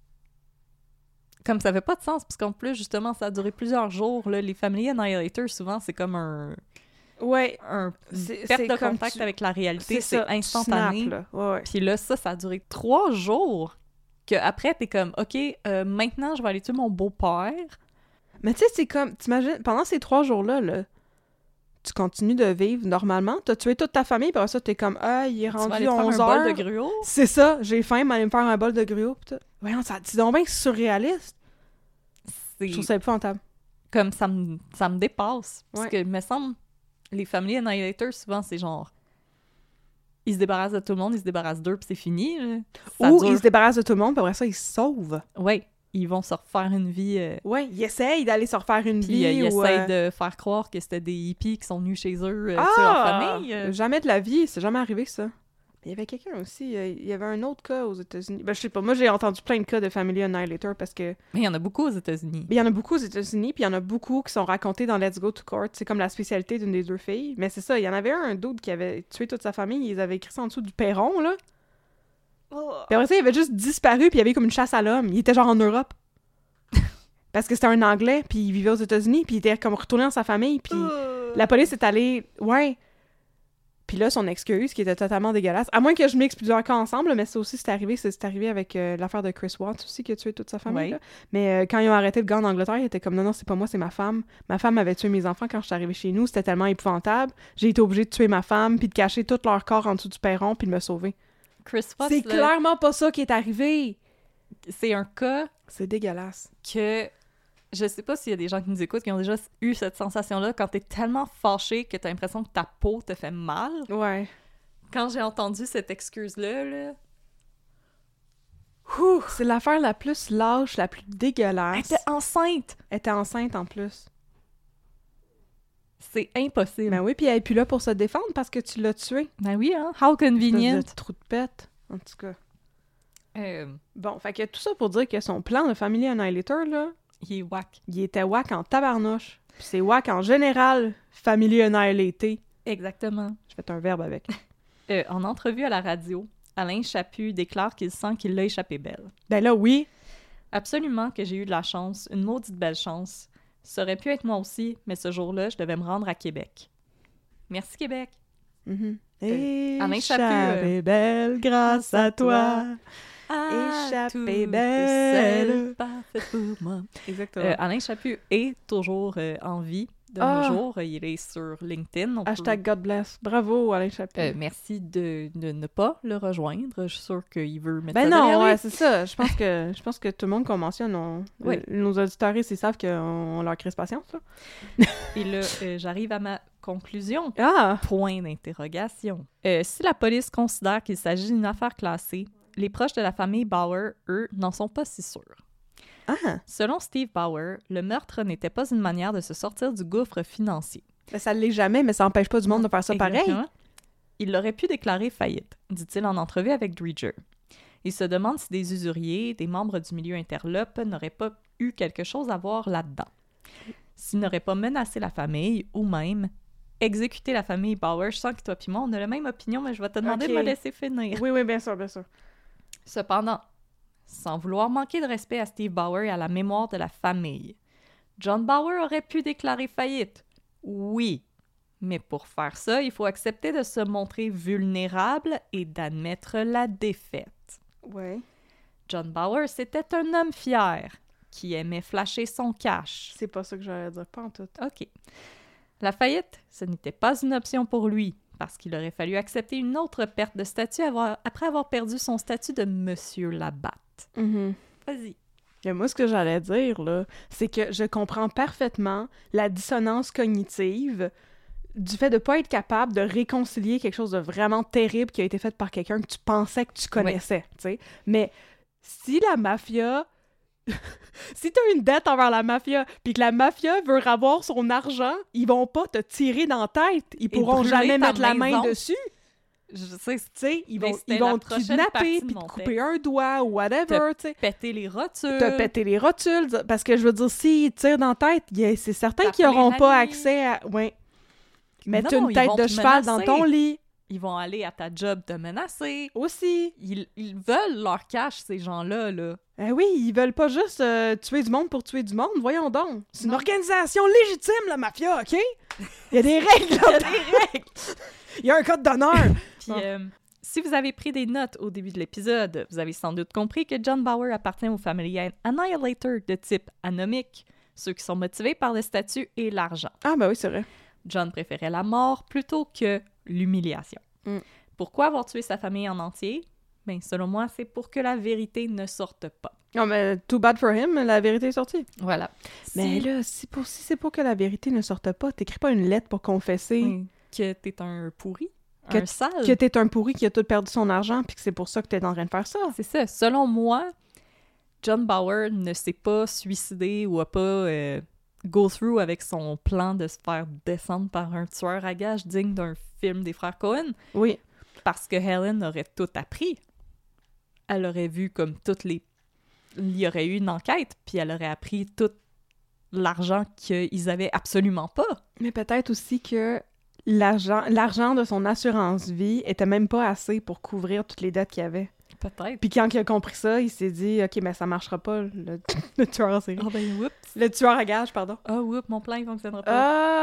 Comme ça fait pas de sens, parce qu'en plus, justement, ça a duré plusieurs jours, là. Les Family Annihilators, souvent, c'est comme Ouais, une C'est- perte c'est de comme contact tu- avec la réalité, c'est ça, tu instantané. snaps, là. Ouais, ouais. Puis là, ça a duré 3 jours. Que après t'es comme, OK, maintenant, je vais aller tuer mon beau-père. Mais tu sais, c'est comme... T'imagines, pendant ces 3 jours-là, là, tu continues de vivre normalement. T'as tué toute ta famille, puis après ça, t'es comme, ah, il est Tu vas rendu aller te faire 11 un heures. bol de gruau. C'est ça, j'ai faim, m'aller me faire un bol de gruau, pis tout. Voyons, c'est donc bien surréaliste. C'est Je trouve ça épouvantable. comme, ça me dépasse. Parce Ouais. que, il me semble, les Family Annihilators, souvent, c'est genre... Ils se débarrassent de tout le monde, ils se débarrassent d'eux, puis c'est fini. Là. Ça Ou dure- ils se débarrassent de tout le monde, puis après ça, ils se sauvent. Ouais, ils vont se refaire une vie... Ouais, ils essayent d'aller se refaire une Puis vie. ils ou, essayent de faire croire que c'était des hippies qui sont venus chez eux tuer leur Ah! famille. Jamais de la vie, c'est jamais arrivé, ça. Mais il y avait quelqu'un aussi, il y avait un autre cas aux États-Unis. Ben, je sais pas, moi j'ai entendu plein de cas de Family Annihilator parce que... Mais il y en a beaucoup aux États-Unis. Il y en a beaucoup aux États-Unis, puis il y en a beaucoup qui sont racontés dans Let's Go to Court. C'est comme la spécialité d'une des 2 filles. Mais c'est ça, il y en avait un dude qui avait tué toute sa famille, ils avaient écrit ça en dessous du perron, là. Puis après ça, il avait juste disparu, puis il y avait comme une chasse à l'homme. Il était genre en Europe. Parce que c'était un Anglais, puis il vivait aux États-Unis, puis il était comme retourné dans sa famille, puis la police est allée... Ouais. Puis là, son excuse, qui était totalement dégueulasse, à moins que je mixe plusieurs cas ensemble, mais ça aussi, c'est arrivé avec l'affaire de Chris Watts aussi, qui a tué toute sa famille. Ouais. Là. Mais quand ils ont arrêté le gars en Angleterre, il était comme, non, c'est pas moi, c'est ma femme. Ma femme avait tué mes enfants quand je suis arrivée chez nous, c'était tellement épouvantable. J'ai été obligée de tuer ma femme, puis de cacher tout leur corps en dessous du perron, puis de me sauver. Chris Watts, C'est là, clairement pas ça qui est arrivé! c'est un cas C'est dégueulasse. que je sais pas s'il y a des gens qui nous écoutent qui ont déjà eu cette sensation-là quand t'es tellement fâché que t'as l'impression que ta peau te fait mal. Ouais. Quand j'ai entendu cette excuse-là, là, Ouh, c'est l'affaire la plus lâche, la plus elle dégueulasse. était enceinte! Elle était enceinte en plus. C'est impossible. Ben oui, puis elle est plus là pour se défendre parce que tu l'as tué. Ben oui, hein? How convenient! Espèce de trou de pète, en tout cas. Euh, Bon, fait que tout ça pour dire que son plan de Family Annihilator, là, il est whack. il était whack en tabarnouche. Puis c'est whack en général, Family Annihilated. Exactement. Je fais un verbe avec. En entrevue à la radio, Alain Chaput déclare qu'il sent qu'il l'a échappé belle. Ben là, oui. Absolument que j'ai eu de la chance, une maudite belle chance. Ça aurait pu être moi aussi, mais ce jour-là, je devais me rendre à Québec. Merci Québec! Alain Chaput, belle grâce à toi. Échappée belle. Parfaite pour moi. Exactement. Alain Chaput est toujours en vie de Ah. nos jours. Il est sur LinkedIn. On peut- Hashtag God bless. Bravo, Alain Chaput. merci de ne pas le rejoindre. Je suis sûre qu'il veut mettre Ben ça non, derrière lui. ouais, c'est ça. Je pense que tout le monde qu'on mentionne, Oui. nos auditeurs, ils savent qu'on leur crée patience, là. Et là, j'arrive à ma conclusion. Ah! Point d'interrogation. Si la police considère qu'il s'agit d'une affaire classée, les proches de la famille Bauer, eux, n'en sont pas si sûrs. Ah! Selon Steve Bauer, le meurtre n'était pas une manière de se sortir du gouffre financier. Ben, ça l'est jamais, mais ça n'empêche pas du monde de faire ça pareil. Exactement. Il aurait pu déclarer faillite, dit-il en entrevue avec Dreger. Il se demande si des usuriers, des membres du milieu interlope, n'auraient pas eu quelque chose à voir là-dedans. S'il n'aurait pas menacé la famille, ou même exécuté la famille Bauer. Je sens que toi et moi, on a la même opinion, mais je vais te demander de me laisser finir. Oui, bien sûr, bien sûr. Cependant, sans vouloir manquer de respect à Steve Bauer et à la mémoire de la famille, John Bauer aurait pu déclarer faillite. Oui, mais pour faire ça, il faut accepter de se montrer vulnérable et d'admettre la défaite. Ouais. John Bauer, c'était un homme fier qui aimait flasher son cash. C'est pas ça que j'allais dire, pas en tout. OK. La faillite, ce n'était pas une option pour lui, parce qu'il aurait fallu accepter une autre perte de statut après avoir perdu son statut de Monsieur Labatte. Vas-y. Et moi, ce que j'allais dire, là, c'est que je comprends parfaitement la dissonance cognitive du fait de ne pas être capable de réconcilier quelque chose de vraiment terrible qui a été fait par quelqu'un que tu pensais que tu connaissais, tu sais. Mais si la mafia... si t'as une dette envers la mafia, puis que la mafia veut avoir son argent, ils vont pas te tirer dans la tête. Ils pourront jamais mettre la main dessus. Je sais, tu sais, ils vont te kidnapper, puis te couper un doigt ou whatever, tu sais. Péter les rotules. Te péter les rotules. Parce que je veux dire, s'ils tirent dans la tête, c'est certain qu'ils n'auront pas accès à... Ouais. Mettre une tête de cheval dans ton lit. Ils vont aller à ta job te menacer. Aussi. Ils veulent leur cash, ces gens-là, là. Oui, ils veulent pas juste tuer du monde pour tuer du monde. Voyons donc. C'est une organisation légitime, la mafia, OK? Il y a des règles, là. Il y a des règles. Il y a un code d'honneur. Puis, si vous avez pris des notes au début de l'épisode, vous avez sans doute compris que John Bauer appartient aux familles Annihilator de type anomique, ceux qui sont motivés par le statut et l'argent. Ah, ben oui, c'est vrai. John préférait la mort plutôt que l'humiliation. Pourquoi avoir tué sa famille en entier? Ben, selon moi, c'est pour que la vérité ne sorte pas. Non, mais too bad for him, la vérité est sortie. Voilà. Mais là, si c'est pour que la vérité ne sorte pas, t'écris pas une lettre pour confesser... Que t'es un pourri, un sale. Que t'es un pourri qui a tout perdu son argent puis que c'est pour ça que t'es en train de faire ça. C'est ça. Selon moi, John Bauer ne s'est pas suicidé ou a pas go through avec son plan de se faire descendre par un tueur à gages digne d'un film des frères Coen. Oui. Parce que Helen aurait tout appris. Elle aurait vu comme toutes les... Il y aurait eu une enquête, puis elle aurait appris tout l'argent qu'ils avaient absolument pas. Mais peut-être aussi que l'argent de son assurance-vie était même pas assez pour couvrir toutes les dettes qu'il avait. Peut-être. Puis quand il a compris ça, il s'est dit « OK, mais ça marchera pas, le tueur en série. Oh ben, whoops. Le tueur à gages, pardon. Ah, whoops, mon plan, il fonctionnera pas.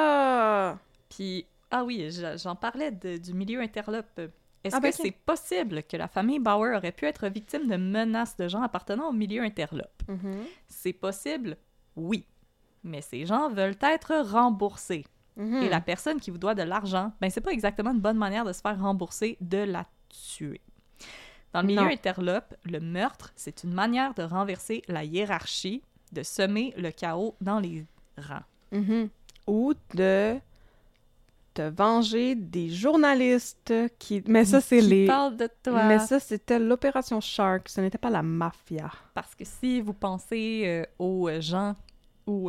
Ah! Puis, ah oui, j'en parlais du milieu interlope. Est-ce ben, que c'est possible que la famille Bauer aurait pu être victime de menaces de gens appartenant au milieu interlope? C'est possible? Oui. Mais ces gens veulent être remboursés. Et la personne qui vous doit de l'argent, ben c'est pas exactement une bonne manière de se faire rembourser de la tuer. Dans le milieu interlope, le meurtre, c'est une manière de renverser la hiérarchie, de semer le chaos dans les rangs. Ou de te venger des journalistes qui... Mais ça, c'est qui parlent de toi. Mais ça, c'était l'opération Shark, ce n'était pas la mafia. Parce que si vous pensez aux gens ou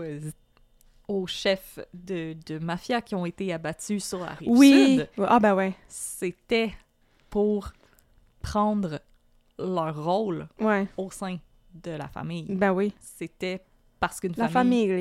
aux chefs de mafia qui ont été abattus sur la Rive-Sud. Ah ben ouais. C'était pour prendre leur rôle au sein de la famille. Ben oui. C'était parce qu'une La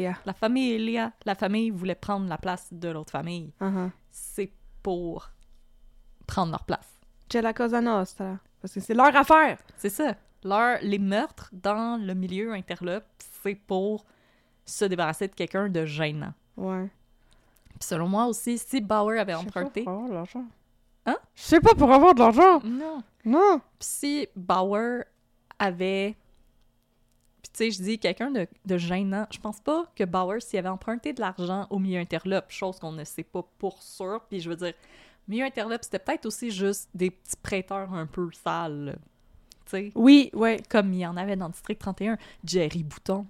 famille voulait prendre la place de l'autre famille. C'est pour prendre leur place. C'è la cosa nostra. Parce que c'est leur affaire. C'est ça. Les meurtres dans le milieu interlope, c'est pour se débarrasser de quelqu'un de gênant. Ouais. Puis selon moi aussi, si Bauer avait emprunté... Je sais pas pour avoir de l'argent. Hein? Je sais pas pour avoir de l'argent! Non! Puis si Bauer avait... Puis tu sais, je dis quelqu'un de gênant, je pense pas que Bauer, s'il avait emprunté de l'argent au milieu interlope, chose qu'on ne sait pas pour sûr, puis je veux dire, milieu interlope, c'était peut-être aussi juste des petits prêteurs un peu sales, tu sais? Oui, ouais. Comme il y en avait dans le District 31, Jerry Bouton.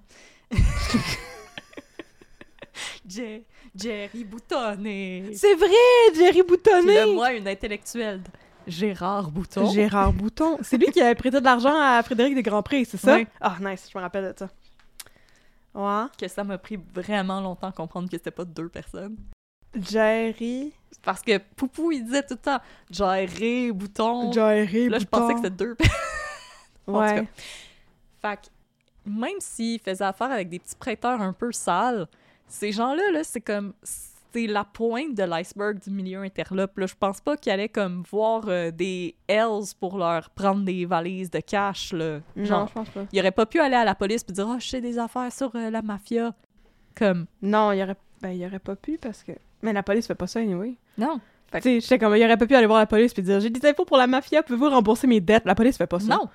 Jerry Boutonné. C'est vrai, Jerry Boutonné. Puis là, moi, une intellectuelle Gérard Bouton. Gérard Bouton. C'est lui qui avait prêté de l'argent à Frédéric Desgrands-Pré, c'est ça? Oui. Ah, nice, je me rappelle de ça. Ouais. Que ça m'a pris vraiment longtemps à comprendre que c'était pas 2 personnes. Jerry. Parce que Poupou, il disait tout le temps « Jerry Bouton ». Jerry Là, je pensais que c'était 2 personnes. En tout Ouais. cas. Fait que, même s'ils faisaient affaire avec des petits prêteurs un peu sales, ces gens-là, là, c'est comme... C'est la pointe de l'iceberg du milieu interlope. Là. Je pense pas qu'ils allaient comme voir des Hells pour leur prendre des valises de cash. Là. Non, Genre, je pense pas. il aurait pas pu aller à la police et dire « Ah, je sais des affaires sur la mafia. » Comme... Non, il aurait pas pu parce que... Mais la police fait pas ça, anyway. Non. Tu sais, j'étais comme, il aurait pas pu aller voir la police puis dire « J'ai des infos pour la mafia, pouvez-vous rembourser mes dettes? » La police fait pas ça. Non.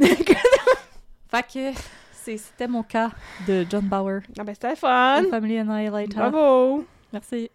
Fait que c'était mon cas de John Bauer. Ah ben, c'était fun! The Family Annihilator. Bravo! Merci.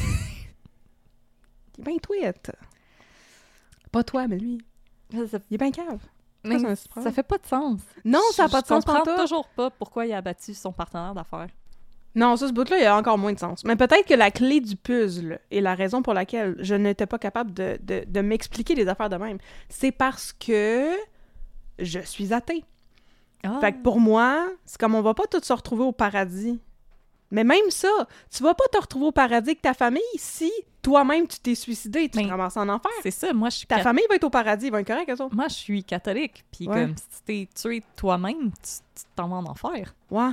Il est bien tweet. Pas toi, mais lui. Il est bien cave. Mais c'est un petit problème. ça fait pas de sens. Non, ça n'a pas de sens Je comprends pantoute. toujours pas pourquoi il a abattu son partenaire d'affaires. Non, ça, ce bout-là, il a encore moins de sens. Mais peut-être que la clé du puzzle et la raison pour laquelle je n'étais pas capable de m'expliquer les affaires de même, c'est parce que je suis athée. Ah. Fait que pour moi, c'est comme on va pas tous se retrouver au paradis. Mais même ça, tu vas pas te retrouver au paradis avec ta famille si toi-même tu t'es suicidé et tu te Mais ramasses en enfer. C'est ça, moi je suis Ta famille va être au paradis, ils vont être corrects, eux autres. moi je suis catholique, puis Ouais. comme si tu t'es tué toi-même, tu t'en vas en enfer. Ouais.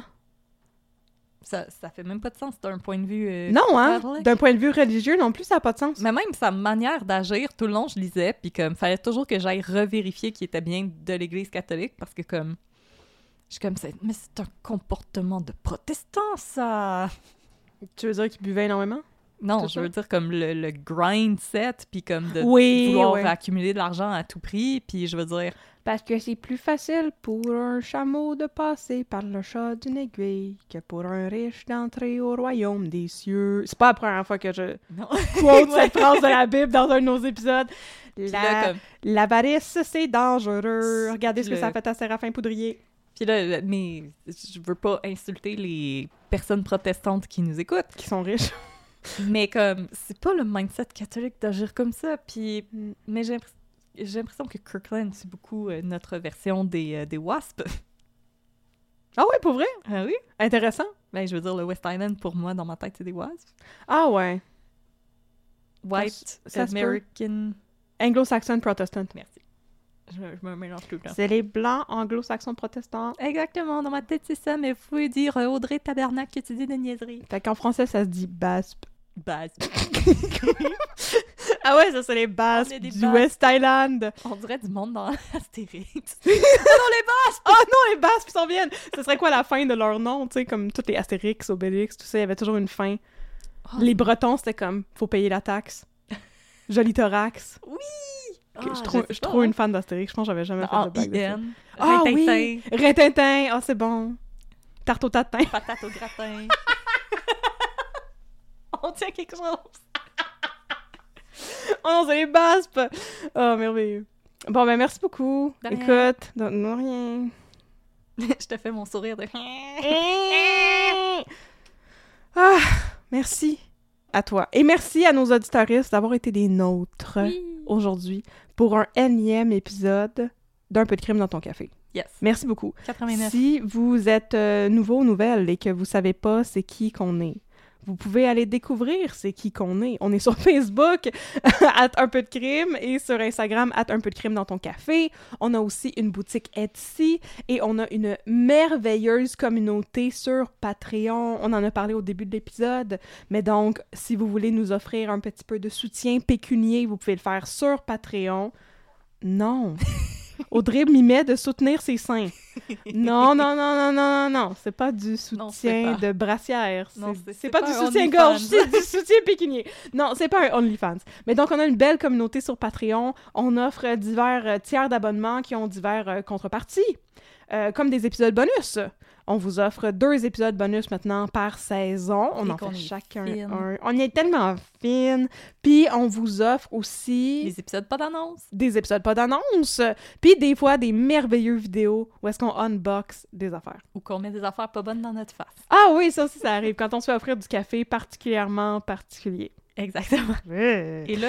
Ça fait même pas de sens d'un point de vue Non, hein? catholique. D'un point de vue religieux non plus, ça n'a pas de sens. Mais même sa manière d'agir, tout le long je lisais, puis comme fallait toujours que j'aille revérifier qu'il était bien de l'Église catholique, parce que comme je suis comme mais c'est un comportement de protestant ça. Tu veux dire qu'ils buvaient énormément? Non, C'est je ça? veux dire comme le grind set, puis comme de Oui, vouloir ouais. accumuler de l'argent à tout prix, puis je veux dire, Parce que c'est plus facile pour un chameau de passer par le chat d'une aiguille que pour un riche d'entrer au royaume des cieux. C'est pas la première fois que je non. quote cette phrase de la Bible dans un de nos épisodes. Puis là, comme, L'avarice, c'est dangereux. Regardez ce que Le- ça a fait à Séraphin Poudrier. puis là, mais je veux pas insulter les personnes protestantes qui nous écoutent, Qui sont riches. mais comme, c'est pas le mindset catholique d'agir comme ça, puis, mais j'ai l'impression que Kirkland, c'est beaucoup notre version des Wasps. Ah ouais, pour vrai? Ah oui? Intéressant. Ben, je veux dire, le West Island, pour moi, dans ma tête, c'est des Wasps. Ah ouais. White, ça se peut. American... Anglo-saxon protestant. Merci. Je me mélange tout le temps. C'est les blancs anglo-saxons protestants. Exactement, dans ma tête, c'est ça, mais vous pouvez dire Audrey Tabernac que tu dis des niaiseries. Fait qu'en français, ça se dit BASP. Base. Ah ouais, ça c'est les BASP On est des du BASP. West Island. On dirait du monde dans Astérix. Oh non, les BASP s'en viennent! Ce serait quoi la fin de leur nom, tu sais, comme tous les Astérix, Obélix, tout ça, il y avait toujours une fin. Oh, Les Bretons, c'était comme, faut payer la taxe. Joli thorax. Oui! Que je suis trop une fan d'Astérix, je pense que j'avais jamais fait de blague de ça. IN. Ah Rintintin, oui! Rintintin! Ah, c'est bon. Tarte au tatin. Patate au gratin. On tient quelque chose. Oh non, c'est les BASP! Oh, merveilleux. Bon, ben merci beaucoup. De rien. Écoute, donne-nous rien. Je te fais mon sourire de... Ah, merci à toi. Et merci à nos auditeuristes d'avoir été des nôtres aujourd'hui pour un énième épisode d'Un peu de crime dans ton café. Yes. Merci beaucoup. 89. Si vous êtes nouveau, nouvelle et que vous savez pas c'est qui qu'on est, vous pouvez aller découvrir c'est qui qu'on est. On est sur Facebook, @un peu de crime, et sur Instagram, @un peu de crime dans ton café. On a aussi une boutique Etsy et on a une merveilleuse communauté sur Patreon. On en a parlé au début de l'épisode. Mais donc, si vous voulez nous offrir un petit peu de soutien pécunier, vous pouvez le faire sur Patreon. Non. Audrey Mimet de soutenir ses seins. Non, non, non, non, non, non, non. C'est pas du Non, c'est soutien pas. de brassière. Non, C'est pas du un soutien-gorge, OnlyFans. c'est du soutien pécunier. Non, c'est pas un OnlyFans. Mais donc, on a une belle communauté sur Patreon. On offre divers tiers d'abonnements qui ont divers contreparties, comme des épisodes bonus. On vous offre 2 épisodes bonus maintenant par saison. On Et en qu'on fait est chacun fine. un. On est tellement fine. Puis, on vous offre aussi Les épisodes pas d'annonce. des épisodes pas d'annonce, puis des fois des merveilleux vidéos où est-ce qu'on unbox des affaires. Ou qu'on met des affaires pas bonnes dans notre face. Ah oui, ça aussi, ça arrive quand on se fait offrir du café particulièrement particulier. Exactement. Et là,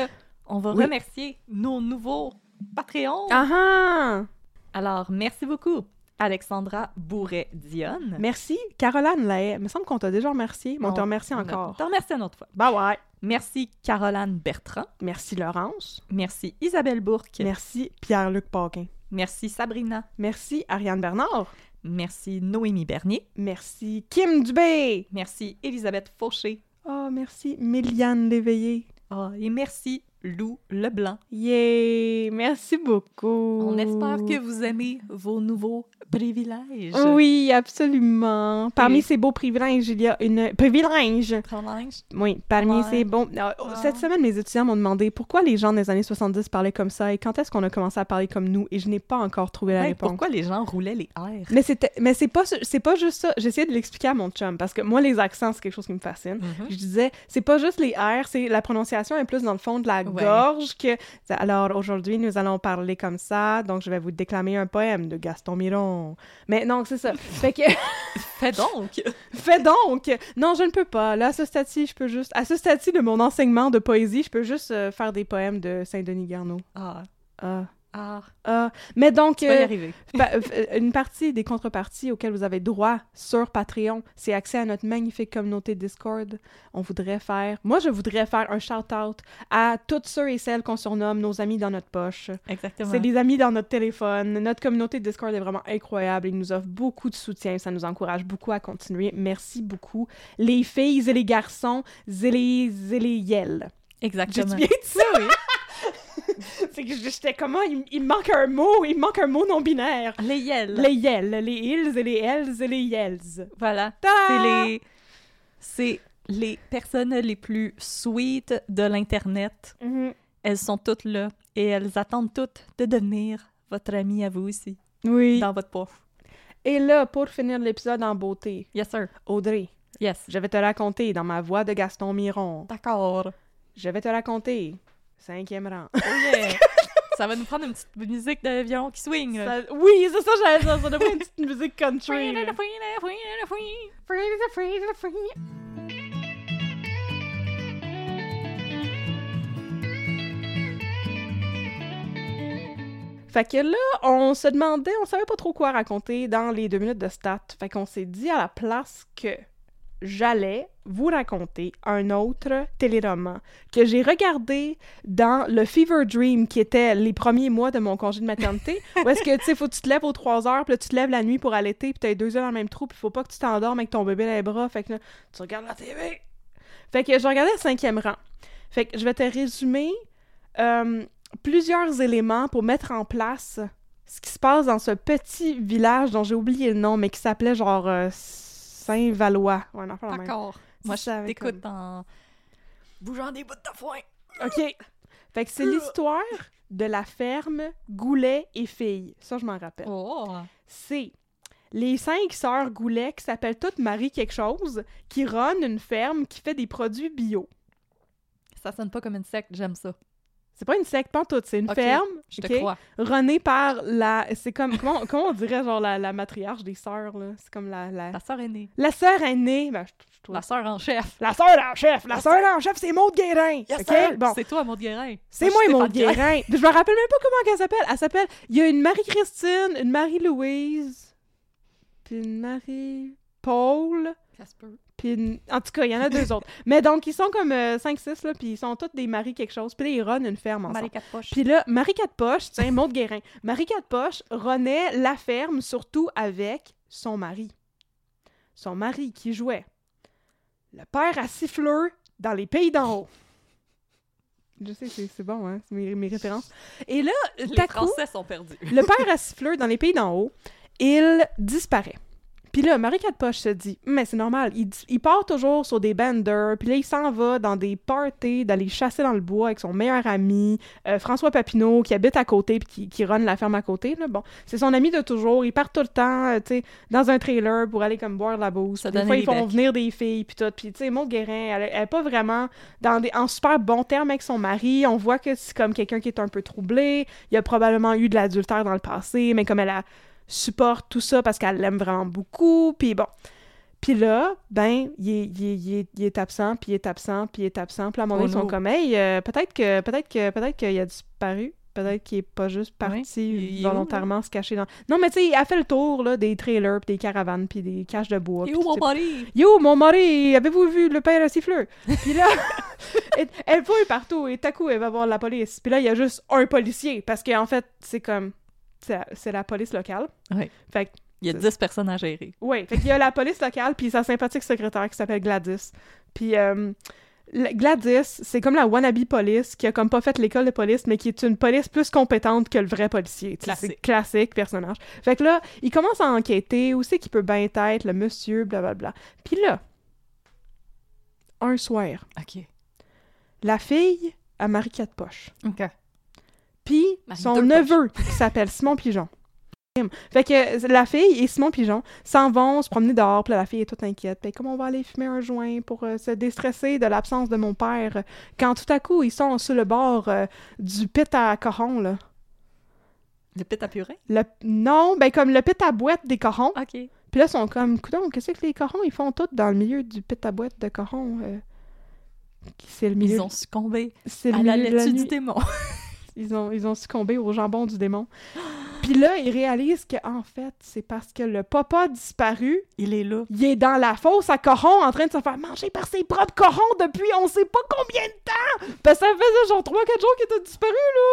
on va Oui. remercier nos nouveaux Patreons. Ah ah! Alors, merci beaucoup, Alexandra Bourret-Dionne. Merci, Caroline Lahaye. Il me semble qu'on t'a déjà remercié, mais on te remercie On encore. te remercie une autre fois. Bah ouais. Merci, Caroline Bertrand. Merci, Laurence. Merci, Isabelle Bourque. Merci, Pierre-Luc Paquin. Merci, Sabrina. Merci, Ariane Bernard. Merci, Noémie Bernier. Merci, Kim Dubé. Merci, Elisabeth Fauché. Oh, merci, Méliane Léveillé. Et merci, Lou Leblanc. Yay! Merci beaucoup. On espère que vous aimez vos nouveaux privilèges. Oui, absolument. Parmi Oui. ces beaux privilèges, il y a une... Privilège! Privilèges. Oui, parmi Ouais. ces bons... Cette semaine, mes étudiants m'ont demandé pourquoi les gens des années 70 parlaient comme ça et quand est-ce qu'on a commencé à parler comme nous, et je n'ai pas encore trouvé la Ouais, réponse. pourquoi les gens roulaient les airs? Mais c'est pas juste ça. J'essayais de l'expliquer à mon chum parce que moi, les accents, c'est quelque chose qui me fascine. Mhm. Je disais, c'est pas juste les R, c'est la prononciation est plus dans le fond de la Ouais. gorge que... Alors, aujourd'hui, nous allons parler comme ça, donc je vais vous déclamer un poème de Gaston Miron. Mais non, c'est ça. Fait que... Fais donc! Fais donc! Non, je ne peux pas. Là, à ce stade-ci, je peux juste... À ce stade-ci de mon enseignement de poésie, je peux juste faire des poèmes de Saint-Denis Garneau. Mais donc... Tu vas y arriver. Une partie des contreparties auxquelles vous avez droit sur Patreon, c'est accès à notre magnifique communauté Discord. Moi, je voudrais faire un shout-out à tous ceux et celles qu'on surnomme nos amis dans notre poche. Exactement. C'est des amis dans notre téléphone. Notre communauté Discord est vraiment incroyable. Ils nous offrent beaucoup de soutien. Ça nous encourage beaucoup à continuer. Merci beaucoup. Les filles et les garçons, et les yels. Exactement. J'ai-tu bien dit ça? Oui. C'est que j'étais comment? Il me manque un mot. Il me manque un mot non-binaire. Les yels. Les yels, les ils et les elles et les yels. Voilà. Ta- C'est les personnes les plus sweet de l'Internet. Mhm. Elles sont toutes là et elles attendent toutes de devenir votre amie à vous aussi, Oui. dans votre poche. Et là, pour finir l'épisode en beauté, Yes, sir. Audrey, Yes. je vais te raconter dans ma voix de Gaston Miron. D'accord. Je vais te raconter 5e rang. Oh yeah. Ça va nous prendre une petite musique de violon qui swing. Là. Oui, c'est ça, j'allais dire. Ça devrait être une petite musique country. là. Fait que là, on se demandait, on savait pas trop quoi raconter dans les 2 minutes de stat. Fait qu'on s'est dit à la place que j'allais vous raconter un autre téléroman que j'ai regardé dans le Fever Dream, qui était les premiers mois de mon congé de maternité, où est-ce que, tu sais, faut que tu te lèves aux 3 heures, puis là, tu te lèves la nuit pour allaiter, puis t'as les 2 heures dans le même trou, puis faut pas que tu t'endormes avec ton bébé dans les bras, fait que là, tu regardes la TV. Fait que je regardais le 5e rang. Fait que je vais te résumer plusieurs éléments pour mettre en place ce qui se passe dans ce petit village dont j'ai oublié le nom, mais qui s'appelait genre Saint-Valois. Ouais, un affaire de même. D'accord. Moi, Ça je avait t'écoute comme- en bougeant des bouts de foin. OK. Fait que c'est l'histoire de la ferme Goulet et Filles. Ça, je m'en rappelle. Oh! C'est les 5 sœurs Goulet qui s'appellent toutes Marie quelque chose, qui runnent une ferme qui fait des produits bio. Ça sonne pas comme une secte, j'aime ça. C'est pas une secte pantoute, c'est une Ok, ferme, Je te ok, crois. runnée par la... C'est comme... Comment on dirait, genre, la matriarche des sœurs, là? C'est comme la La sœur aînée. La sœur aînée, ben, je trouve... La sœur en chef. La sœur en chef! La sœur en chef, c'est Maude Guérin! OK? Bon, C'est toi, Maud Guérin. c'est moi, Stéphane Maude Guérin! Je me rappelle même pas comment elle s'appelle. Elle s'appelle... Il y a une Marie-Christine, une Marie-Louise, puis une Marie-Paul... Ça se peut. Puis, en tout cas, il y en a 2 autres. Mais donc, ils sont comme 5-6, là, puis ils sont tous des maris quelque chose. Puis là, ils runnent une ferme ensemble. Marie Quatre-Poches. Puis là, Marie Quatre-Poches, tiens, Maude Guérin. Marie Quatre-Poches runnait la ferme, surtout avec son mari. Son mari qui jouait le père à siffleur dans les pays d'en haut. Je sais, c'est bon, hein, c'est mes références. Et là, Les tout à coup, Français sont perdus. le père à siffleur dans les pays d'en haut, il disparaît. Puis là, Marie Quatre-Poches se dit, mais c'est normal, il part toujours sur des benders, puis là, il s'en va dans des parties, d'aller chasser dans le bois avec son meilleur ami, François Papineau, qui habite à côté, puis qui run la ferme à côté, là. Bon, c'est son ami de toujours, il part tout le temps, tu sais, dans un trailer pour aller comme boire de la bouse. Se Des donner fois, des ils font becs. venir des filles, puis tout. Puis, tu sais, Maude Guérin, elle est pas vraiment en super bon terme avec son mari. On voit que c'est comme quelqu'un qui est un peu troublé. Il y a probablement eu de l'adultère dans le passé, mais comme elle supporte tout ça parce qu'elle l'aime vraiment beaucoup, puis bon. Puis là, ben, il est absent, puis il est absent, puis il est absent. Puis à un moment donné, ils sont comme, hey, peut-être qu'il a disparu. Peut-être qu'il est pas juste parti volontairement se cacher dans... Non, mais tu sais, il a fait le tour là, des trailers, puis des caravanes, puis des caches de bois. Yo, mon mari! Yo, mon mari! Avez-vous vu le père à siffleur? Puis là, elle fouille partout, et tout à coup, elle va voir la police. Puis là, il y a juste un policier, parce qu'en fait, c'est comme... C'est la police locale. Oui. Fait que... Il y a 10 personnes à gérer. Oui, fait qu'il y a la police locale, puis sa sympathique secrétaire qui s'appelle Gladys. Puis... Gladys, c'est comme la wannabe police qui a comme pas fait l'école de police, mais qui est une police plus compétente que le vrai policier. Classique. C'est classique personnage. Fait que là, il commence à enquêter, où c'est qu'il peut bien être, le monsieur, blablabla. Puis là, un soir, OK. la fille a Marie quatre poches. OK. Puis Marie son deux neveu, qui s'appelle Simon Pigeon. Fait que la fille et Simon Pigeon s'en vont se promener dehors, puis là, la fille est toute inquiète. Puis comment on va aller fumer un joint pour se déstresser de l'absence de mon père, quand tout à coup, ils sont sur le bord du pit à corons, là. Le pit à purée? Non, ben comme le pit à boîte des corons. OK. Puis là, ils sont comme, coudonc, qu'est-ce que les corons, ils font tout dans le milieu du pit à boîte de corons? C'est le milieu... Ils ont succombé c'est le à la milieu de laitue nuit. du démon. Ils ont succombé au jambon du démon. Puis là, ils réalisent qu'en fait, c'est parce que le papa a disparu. Il est là. Il est dans la fosse à corons en train de se faire manger par ses propres corons depuis on sait pas combien de temps! Parce que ça faisait genre 3-4 jours qu'il était disparu,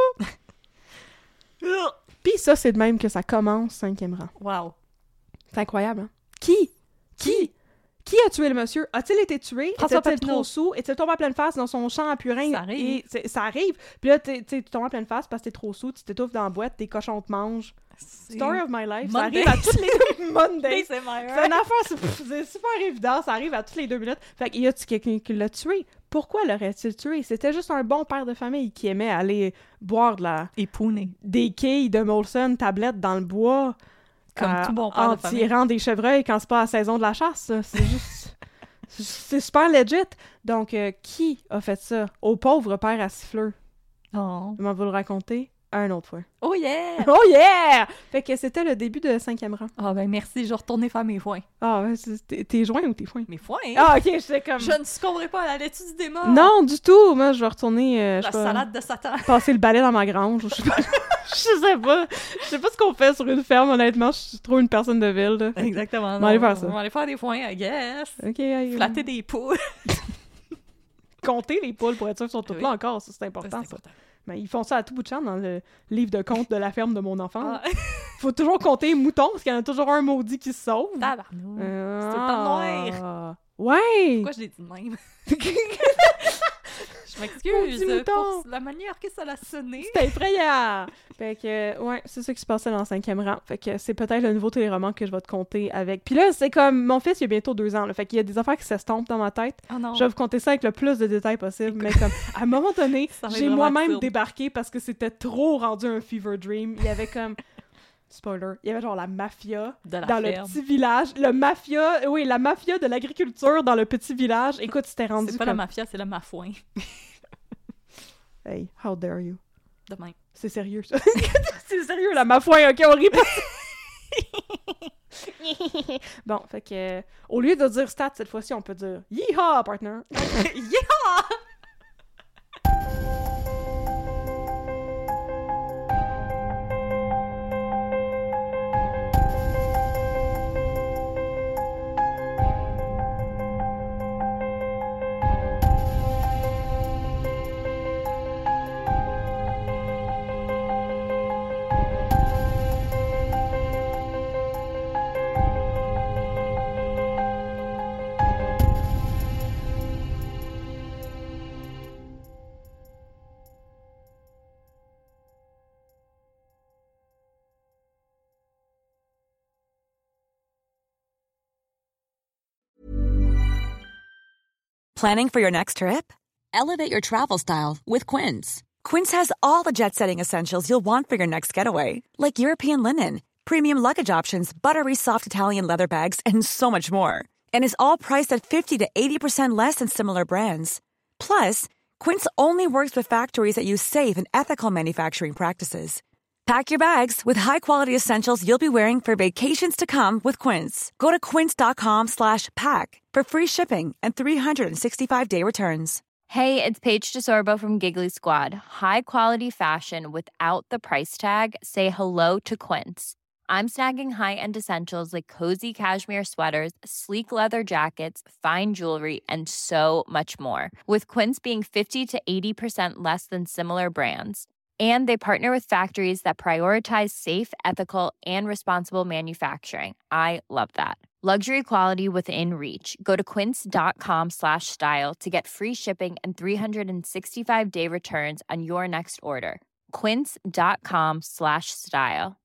là! Puis ça, c'est de même que ça commence 5e rang. Wow. C'est incroyable, hein? Qui a tué le monsieur? A-t-il été tué? François Était-il Papineau. trop sous? Est-il tombé en pleine face dans son champ à purin? Ça arrive. Et ça arrive. Puis là, tu tombes en pleine face parce que t'es trop sous, tu t'étouffes dans la boîte, tes cochons te mangent. Story of my life. Ça arrive à toutes les Mondays. C'est une affaire, c'est super évident, ça arrive à toutes les 2 minutes. Fait qu'il y a quelqu'un qui l'a tué. Pourquoi l'aurait-il tué? C'était juste un bon père de famille qui aimait aller boire des quilles de Molson tablette dans le bois. Comme tout bon père en de famille. tirant des chevreuils quand c'est pas la saison de la chasse. Ça. C'est juste... c'est super legit. Donc, qui a fait ça? Au pauvre père à siffleur. Oh. Je vais vous le raconter une autre fois. Oh yeah! Oh yeah! Fait que c'était le début de 5e rang. Ah ben merci, je vais retourner faire mes foins. Ah, ouais, tes joints ou tes foins? Mes foins? Ah, ok, j'étais comme... Je ne succomberai pas à la laitue du démon! Non, du tout! Moi, je vais retourner... La salade de Satan! Passer le balai dans ma grange. Je sais pas. Je sais pas ce qu'on fait sur une ferme, honnêtement. Je suis trop une personne de ville, là. Exactement. On va aller faire ça. On va aller faire des foins, I guess. Ok. Flatter des poules. Compter les poules pour être sûr qu'elles sont toutes là encore. Ça, c'est important, ça. Mais ils font ça à tout bout de champ dans le livre de contes de la ferme de mon enfant. Ah. Faut toujours compter les moutons, parce qu'il y en a toujours un maudit qui se sauve. Tabarnou. C'est tout le temps noir. Ouais! Pourquoi je l'ai dit de même? Je Mon m'excuse petit mouton. pour la manière que ça l'a sonné. C'était effrayant! Fait que, ouais, c'est ça qui se passait dans le 5e rang. Fait que c'est peut-être le nouveau téléroman que je vais te conter avec. Puis là, c'est comme, mon fils, il a bientôt 2 ans, là. Fait qu'il y a des affaires qui s'estompent dans ma tête. Oh non. Je vais vous conter ça avec le plus de détails possible, mais comme, à un moment donné, Ça va être j'ai vraiment moi-même absurde. débarqué parce que c'était trop rendu un fever dream. Il y avait comme... Spoiler, il y avait genre la mafia De la dans le ferme. petit village. La mafia de l'agriculture dans le petit village. Écoute, c'était rendu C'est pas la comme... mafia, c'est la mafouin. Hey, how dare you? De même. C'est sérieux, ça. C'est sérieux, la mafouin, ok, on rit pas. Bon, fait que... au lieu de dire stats, cette fois-ci, on peut dire « Yeehaw, partner! » Yeah! Planning for your next trip? Elevate your travel style with Quince. Quince has all the jet-setting essentials you'll want for your next getaway, like European linen, premium luggage options, buttery soft Italian leather bags, and so much more. And is all priced at 50 to 80% less than similar brands. Plus, Quince only works with factories that use safe and ethical manufacturing practices. Pack your bags with high-quality essentials you'll be wearing for vacations to come with Quince. Go to quince.com/pack for free shipping and 365-day returns. Hey, it's Paige DeSorbo from Giggly Squad. High quality fashion without the price tag. Say hello to Quince. I'm snagging high-end essentials like cozy cashmere sweaters, sleek leather jackets, fine jewelry, and so much more. With Quince being 50 to 80% less than similar brands. And they partner with factories that prioritize safe, ethical, and responsible manufacturing. I love that. Luxury quality within reach. Go to quince.com/style to get free shipping and 365-day returns on your next order. Quince.com/style.